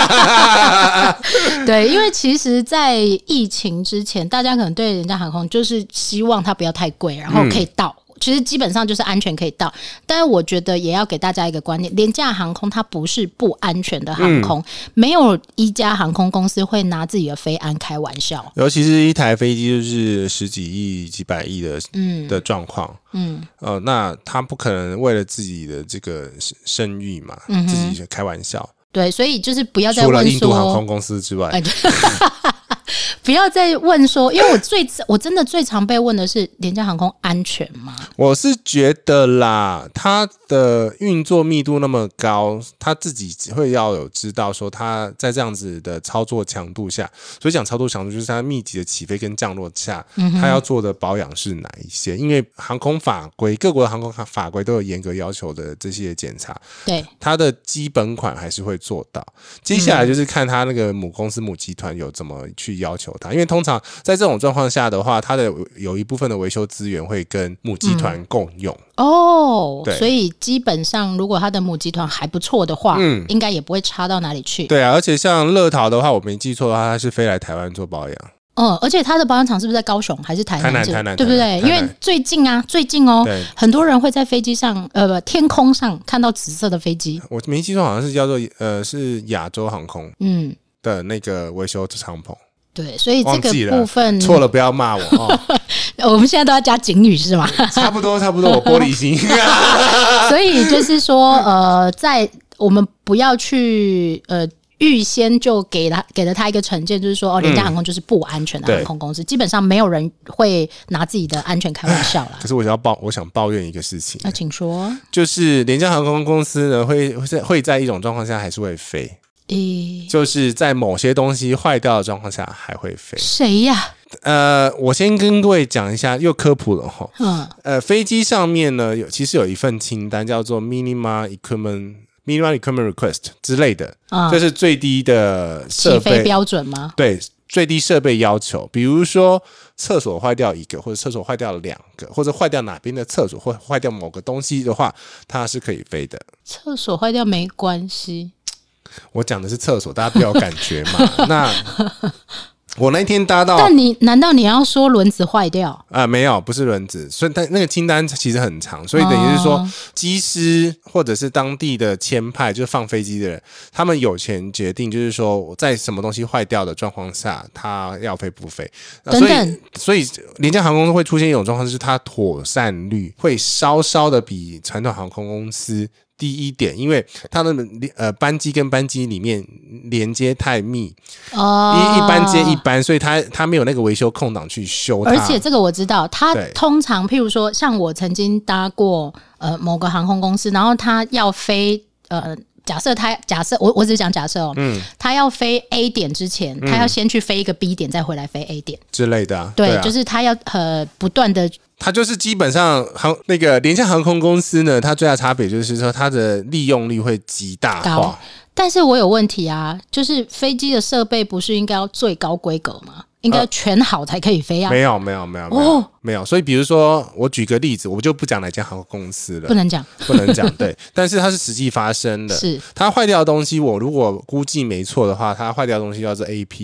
对，因为其实在疫情之前，大家可能对廉价航空就是希望它不要太贵，然后可以到。其实基本上就是安全可以到，但是我觉得也要给大家一个观念，廉价航空它不是不安全的航空，没有一家航空公司会拿自己的飞安开玩笑， 尤其是一台飞机就是十几亿几百亿的状况，那他不可能为了自己的这个声誉嘛，自己开玩笑。 对，所以就是不要再问说， 除了印度航空公司之外， 不要再问说，因为我真的最常被问的是廉价航空安全吗？ 我是觉得啦，它的运作密度那么高，他自己会要有知道说他在这样子的操作强度下，所以讲操作强度就是它密集的起飞跟降落下，他要做的保养是哪一些？因为航空法规，各国的航空法规都有严格要求的这些检查，对，它的基本款还是会做到。接下来就是看他那个母公司母集团有怎么去要求它，因为通常在这种状况下的话，它的有一部分的维修资源会跟母集团共用。所以基本上如果他的母集团还不错的话，应该也不会差到哪里去。 对啊，而且像乐桃的话，我没记错的话，它是飞来台湾做保养。 而且它的保养厂是不是在高雄还是台南？对不对？因为最近很多人会在飞机上天空上看到紫色的飞机。我没记错，好像是叫做是亚洲航空的那个维修敞篷。 对，所以这个部分错了不要骂我我们现在都要加警语是吗？ 差不多，我玻璃心。 所以就是说在我们不要去预先就给了他一个成见，就是说廉价航空就是不安全的航空公司，基本上没有人会拿自己的安全开玩笑啦。 可是我想抱怨一个事情， 请说。 就是廉价航空公司呢会在一种状况下还是会飞。就是在某些东西坏掉的状况下还会飞。 谁呀？ 我先跟各位讲一下，又科普了齁。飞机上面呢其实有一份清单叫做 Minimal Equipment Request 之类的，这是最低的设备起飞标准吗？ 对，最低设备要求，比如说厕所坏掉一个，或者厕所坏掉两个，或者坏掉哪边的厕所，或坏掉某个东西的话，它是可以飞的。 厕所坏掉没关系。 我讲的是厕所，大家不要有感觉嘛。那我那天搭到， 但难道你要说轮子坏掉没有，不是轮子，所以那个清单其实很长，所以等于是说，机师或者是当地的签派，就是放飞机的人，他们有权决定，就是说在什么东西坏掉的状况下，他要飞不飞。 等等， 所以廉价航空会出现一种状况，就是它妥善率会稍稍的比传统航空公司低一点，因为它的班机跟班机里面连接太密，一班接一班，所以它没有那个维修空档去修它。 而且这个我知道，它通常譬如说，像我曾经搭过某个航空公司，然后它要飞假设我只讲假设他要飞 A 点之前，他要先去飞一个 B 点，再回来飞 A 点之类的啊。 对，就是他要不断的。 它就是基本上那个廉价航空公司呢，它最大差别就是说它的利用率会极大化。 但是我有问题啊，就是飞机的设备不是应该要最高规格吗？应该全好才可以飞啊。 没有。所以比如说我举个例子，我就不讲哪家航空公司了， 不能讲对。但是它是实际发生的， 是它坏掉的东西，我如果估计没错的话，它坏掉的东西叫做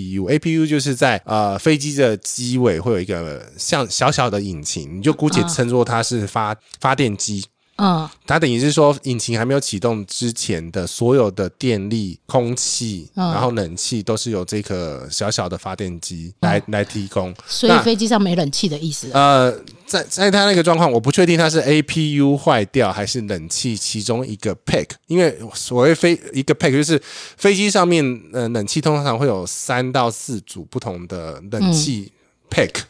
APU 就是在飞机的机尾会有一个像小小的引擎，你就姑且称作它是发电机。它等于是说引擎还没有启动之前的所有的电力、空气，然后冷气都是由这个小小的发电机来提供。 所以飞机上没冷气的意思。 在它那个状况，我不确定它是 APU 坏掉还是冷气其中一个 pack， 因为所谓一个 pack 就是飞机上面冷气通常会有3到4组不同的冷气 pack。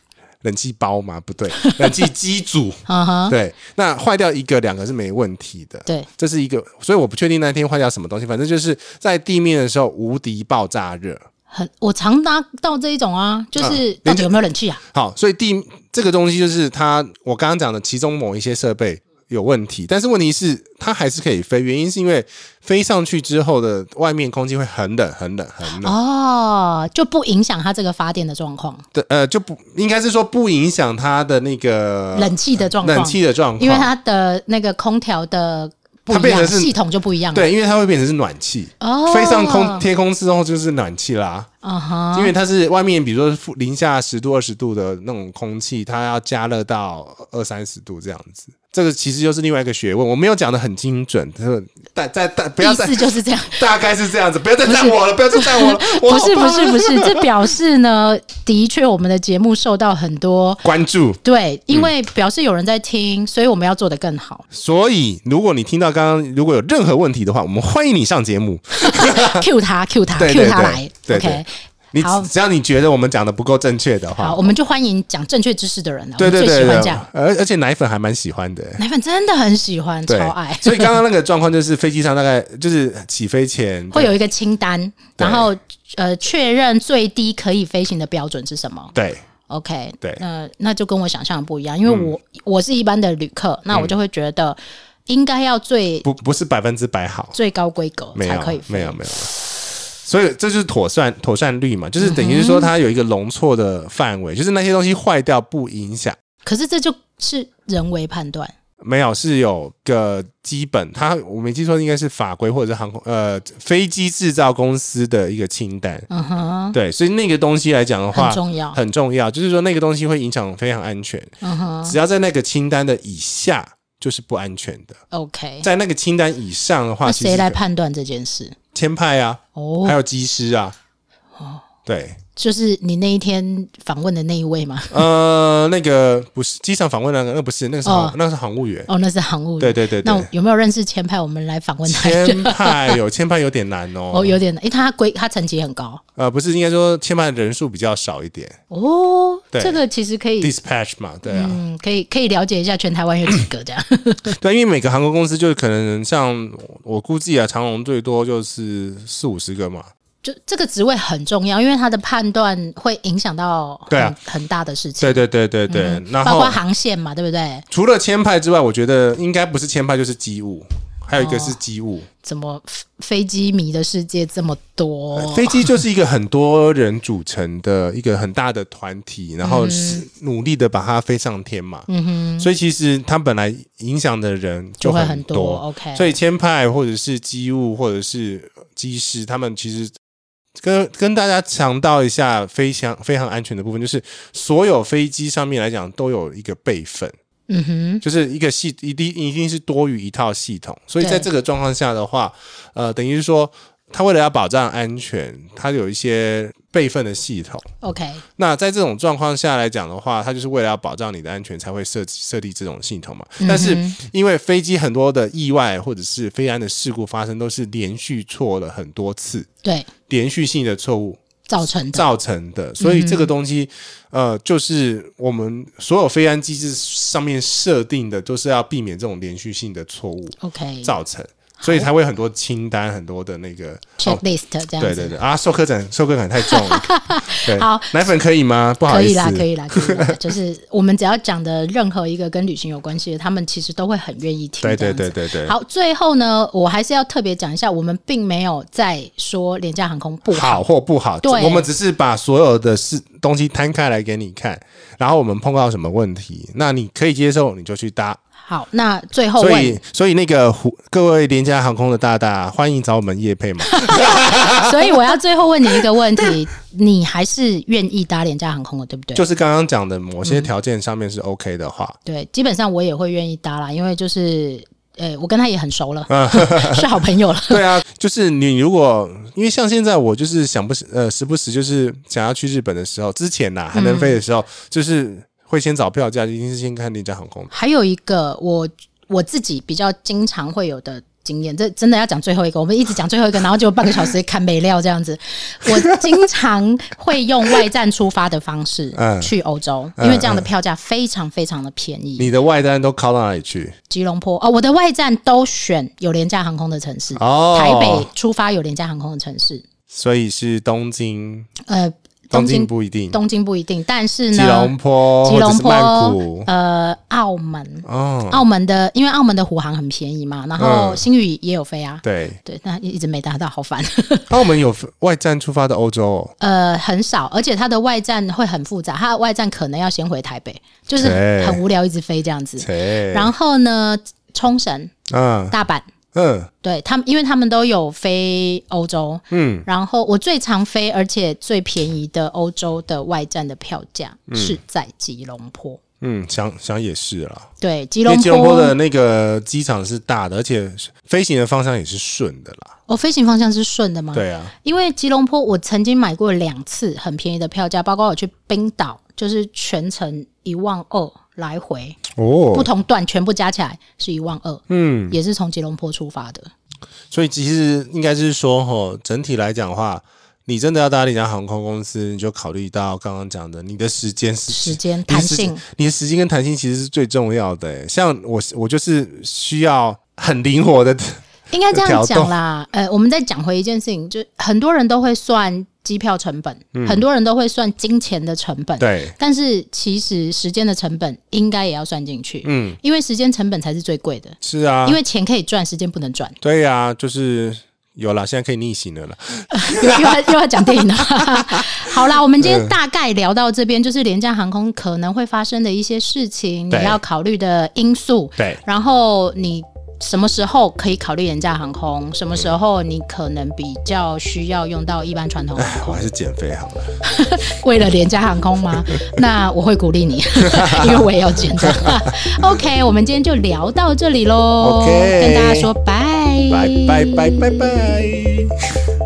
冷气包吗？不对，冷气机组对，那坏掉1个2个是没问题的， 对， 这是一个，所以我不确定那天坏掉什么东西，反正就是在地面的时候无敌爆炸热。 我常达到这一种啊，就是到底有没有冷气啊？ 好，所以这个东西就是我刚刚讲的其中某一些设备有问题，但是问题是它还是可以飞，原因是因为飞上去之后的外面空气会很冷很冷很冷哦，就不影响它这个发电的状况。 就不应该是说不影响它的那个冷气的状况，因为它的那个空调的不一样，系统就不一样了。 对，因为它会变成是暖气，飞上贴空之后就是暖气啦。因为它是外面比如说零下10度20度的那种空气，它要加热到20-30度这样子。这个其实就是另外一个学问，我没有讲得很精准，不要再意思就是这样， 大概是这样子，不要再赞我了，不要再赞我了。 不是，这表示呢，的确我们的节目受到很多关注， 对，因为表示有人在听，所以我们要做得更好。 所以如果你听到刚刚如果有任何问题的话，我们欢迎你上节目 ，Q 他来 ，OK。 只要你觉得我们讲的不够正确的话， 好，我们就欢迎讲正确知识的人了。 对， 最喜欢这样， 而且奶粉还蛮喜欢的， 奶粉真的很喜欢，超爱。 所以刚刚那个状况就是飞机上大概就是起飞前会有一个清单，然后确认最低可以飞行的标准是什么？ 对 ，OK， 对， 那就跟我想象的不一样，因为我是一般的旅客，那我就会觉得应该要不是100%好， 最高规格才可以飞， 没有。所以这就是妥善率嘛，就是等于是说它有一个容错的范围，就是那些东西坏掉不影响。 可是这就是人为判断， 没有，是有个基本，我没记错应该是法规或者是飞机制造公司的一个清单。对，所以那个东西来讲的话很重要，就是说那个东西会影响非常安全。只要在那个清单的以下就是不安全的。OK， 在那个清单以上的话， 那谁来判断这件事？ 签派啊，还有机师啊，对， 就是你那一天访问的那一位吗？ 那个不是机场访问那不是，那是航务员。 那是航务员。 对。 那有没有认识签派？我们来访问他。 签派有点难哦。 有点难，因为他层级很高。 不是，应该说签派的人数比较少一点。 这个其实可以 dispatch 嘛，对啊， 可以了解一下全台湾有几个这样。 对，因为每个航空公司就可能像我估计啊，长荣最多就是40-50个嘛。 就这个职位很重要，因为他的判断会影响到很大的事情。 对，然后包括航线嘛，对不对？ 除了签派之外，我觉得应该不是签派就是机务，还有一个是机务。 怎么飞机迷的世界这么多？ 飞机就是一个很多人组成的一个很大的团体，然后努力的把它飞上天嘛。所以其实它本来影响的人就会很多。 OK， 所以签派或者是机务或者是机师，他们其实跟大家强调一下飞行安全的部分，就是所有飞机上面来讲都有一个备份。就是一个一定是多于一套系统，所以在这个状况下的话，等于是说，它为了要保障安全，它有一些备份的系统。 OK， 那在这种状况下来讲的话，它就是为了要保障你的安全，才会设立这种系统嘛。但是因为飞机很多的意外或者是飞安的事故发生，都是连续错了很多次， 对， 连续性的错误造成的， 所以这个东西，就是我们所有飞安机制上面设定的，都是要避免这种连续性的错误造成。所以才会很多清单，很多的那个 checklist 这样子。 对啊，授课感太重了。对， 好， 奶粉可以吗？不好意思， 可以啦。就是我们只要讲的任何一个跟旅行有关系的，他们其实都会很愿意听。 对。 好，最后呢，我还是要特别讲一下，我们并没有在说廉价航空不好或不好，我们只是把所有的东西摊开来给你看，然后我们碰到什么问题，那你可以接受，你就去搭。 好，那最后问， 所以那个各位廉价航空的大大，欢迎找我们业配嘛。 所以我要最后问你一个问题，你还是愿意搭廉价航空的，对不对？ 就是刚刚讲的某些条件上面是 OK 的话， 对，基本上我也会愿意搭啦，因为就是我跟他也很熟了，是好朋友了。 对啊，就是你如果因为像现在我就是时不时就是想要去日本的时候，之前还能飞的时候，就是会先找票价，一定是先看廉价航空。 还有一个我自己比较经常会有的经验，这真的要讲最后一个，我们一直讲最后一个，然后就半个小时看没料这样子。我经常会用外站出发的方式去欧洲，因为这样的票价非常非常的便宜。 你的外站都靠到哪里去？ 吉隆坡我的外站都选有廉价航空的城市，台北出发有廉价航空的城市， 所以是东京。东京不一定， 但是呢， 吉隆坡、曼谷、 澳门，澳门的，因为澳门的虎航很便宜嘛，然后星宇也有飞啊，对，但一直没达到，好烦。 澳门有外站出发的欧洲很少，而且它的外站会很复杂，它的外站可能要先回台北，就是很无聊，一直飞这样子。然后呢，冲绳、大阪。对他们，因为他们都有飞欧洲，然后我最常飞而且最便宜的欧洲的外站的票价是在吉隆坡。 想也是啦。 对， 吉隆坡的那个机场是大的，而且飞行的方向也是顺的啦。 飞行方向是顺的吗？ 对啊， 因为吉隆坡我曾经买过2次很便宜的票价，包括我去冰岛，就是全程12000来回，不同段全部加起来是12000，也是从吉隆坡出发的。 所以其实应该是说，整体来讲的话，你真的要搭廉价航空公司，你就考虑到刚刚讲的，你的时间弹性， 你的时间跟弹性其实是最重要的。像我就是需要很灵活的。 应该这样讲啦，我们再讲回一件事情，就很多人都会算机票成本，很多人都会算金钱的成本， 对， 但是其实时间的成本应该也要算进去，因为时间成本才是最贵的。 是啊， 因为钱可以赚，时间不能赚。 对啊，就是有啦，现在可以逆行了啦。 又要讲电影了。好啦，我们今天大概聊到这边，就是廉价航空可能会发生的一些事情，你要考虑的因素， 对， 然后你什么时候可以考虑廉价航空，什么时候你可能比较需要用到一般传统航空。 我还是减肥好了。 为了廉价航空吗？那我会鼓励你，因为我也要减的。OK， 我们今天就聊到这里咯。跟大家说拜拜。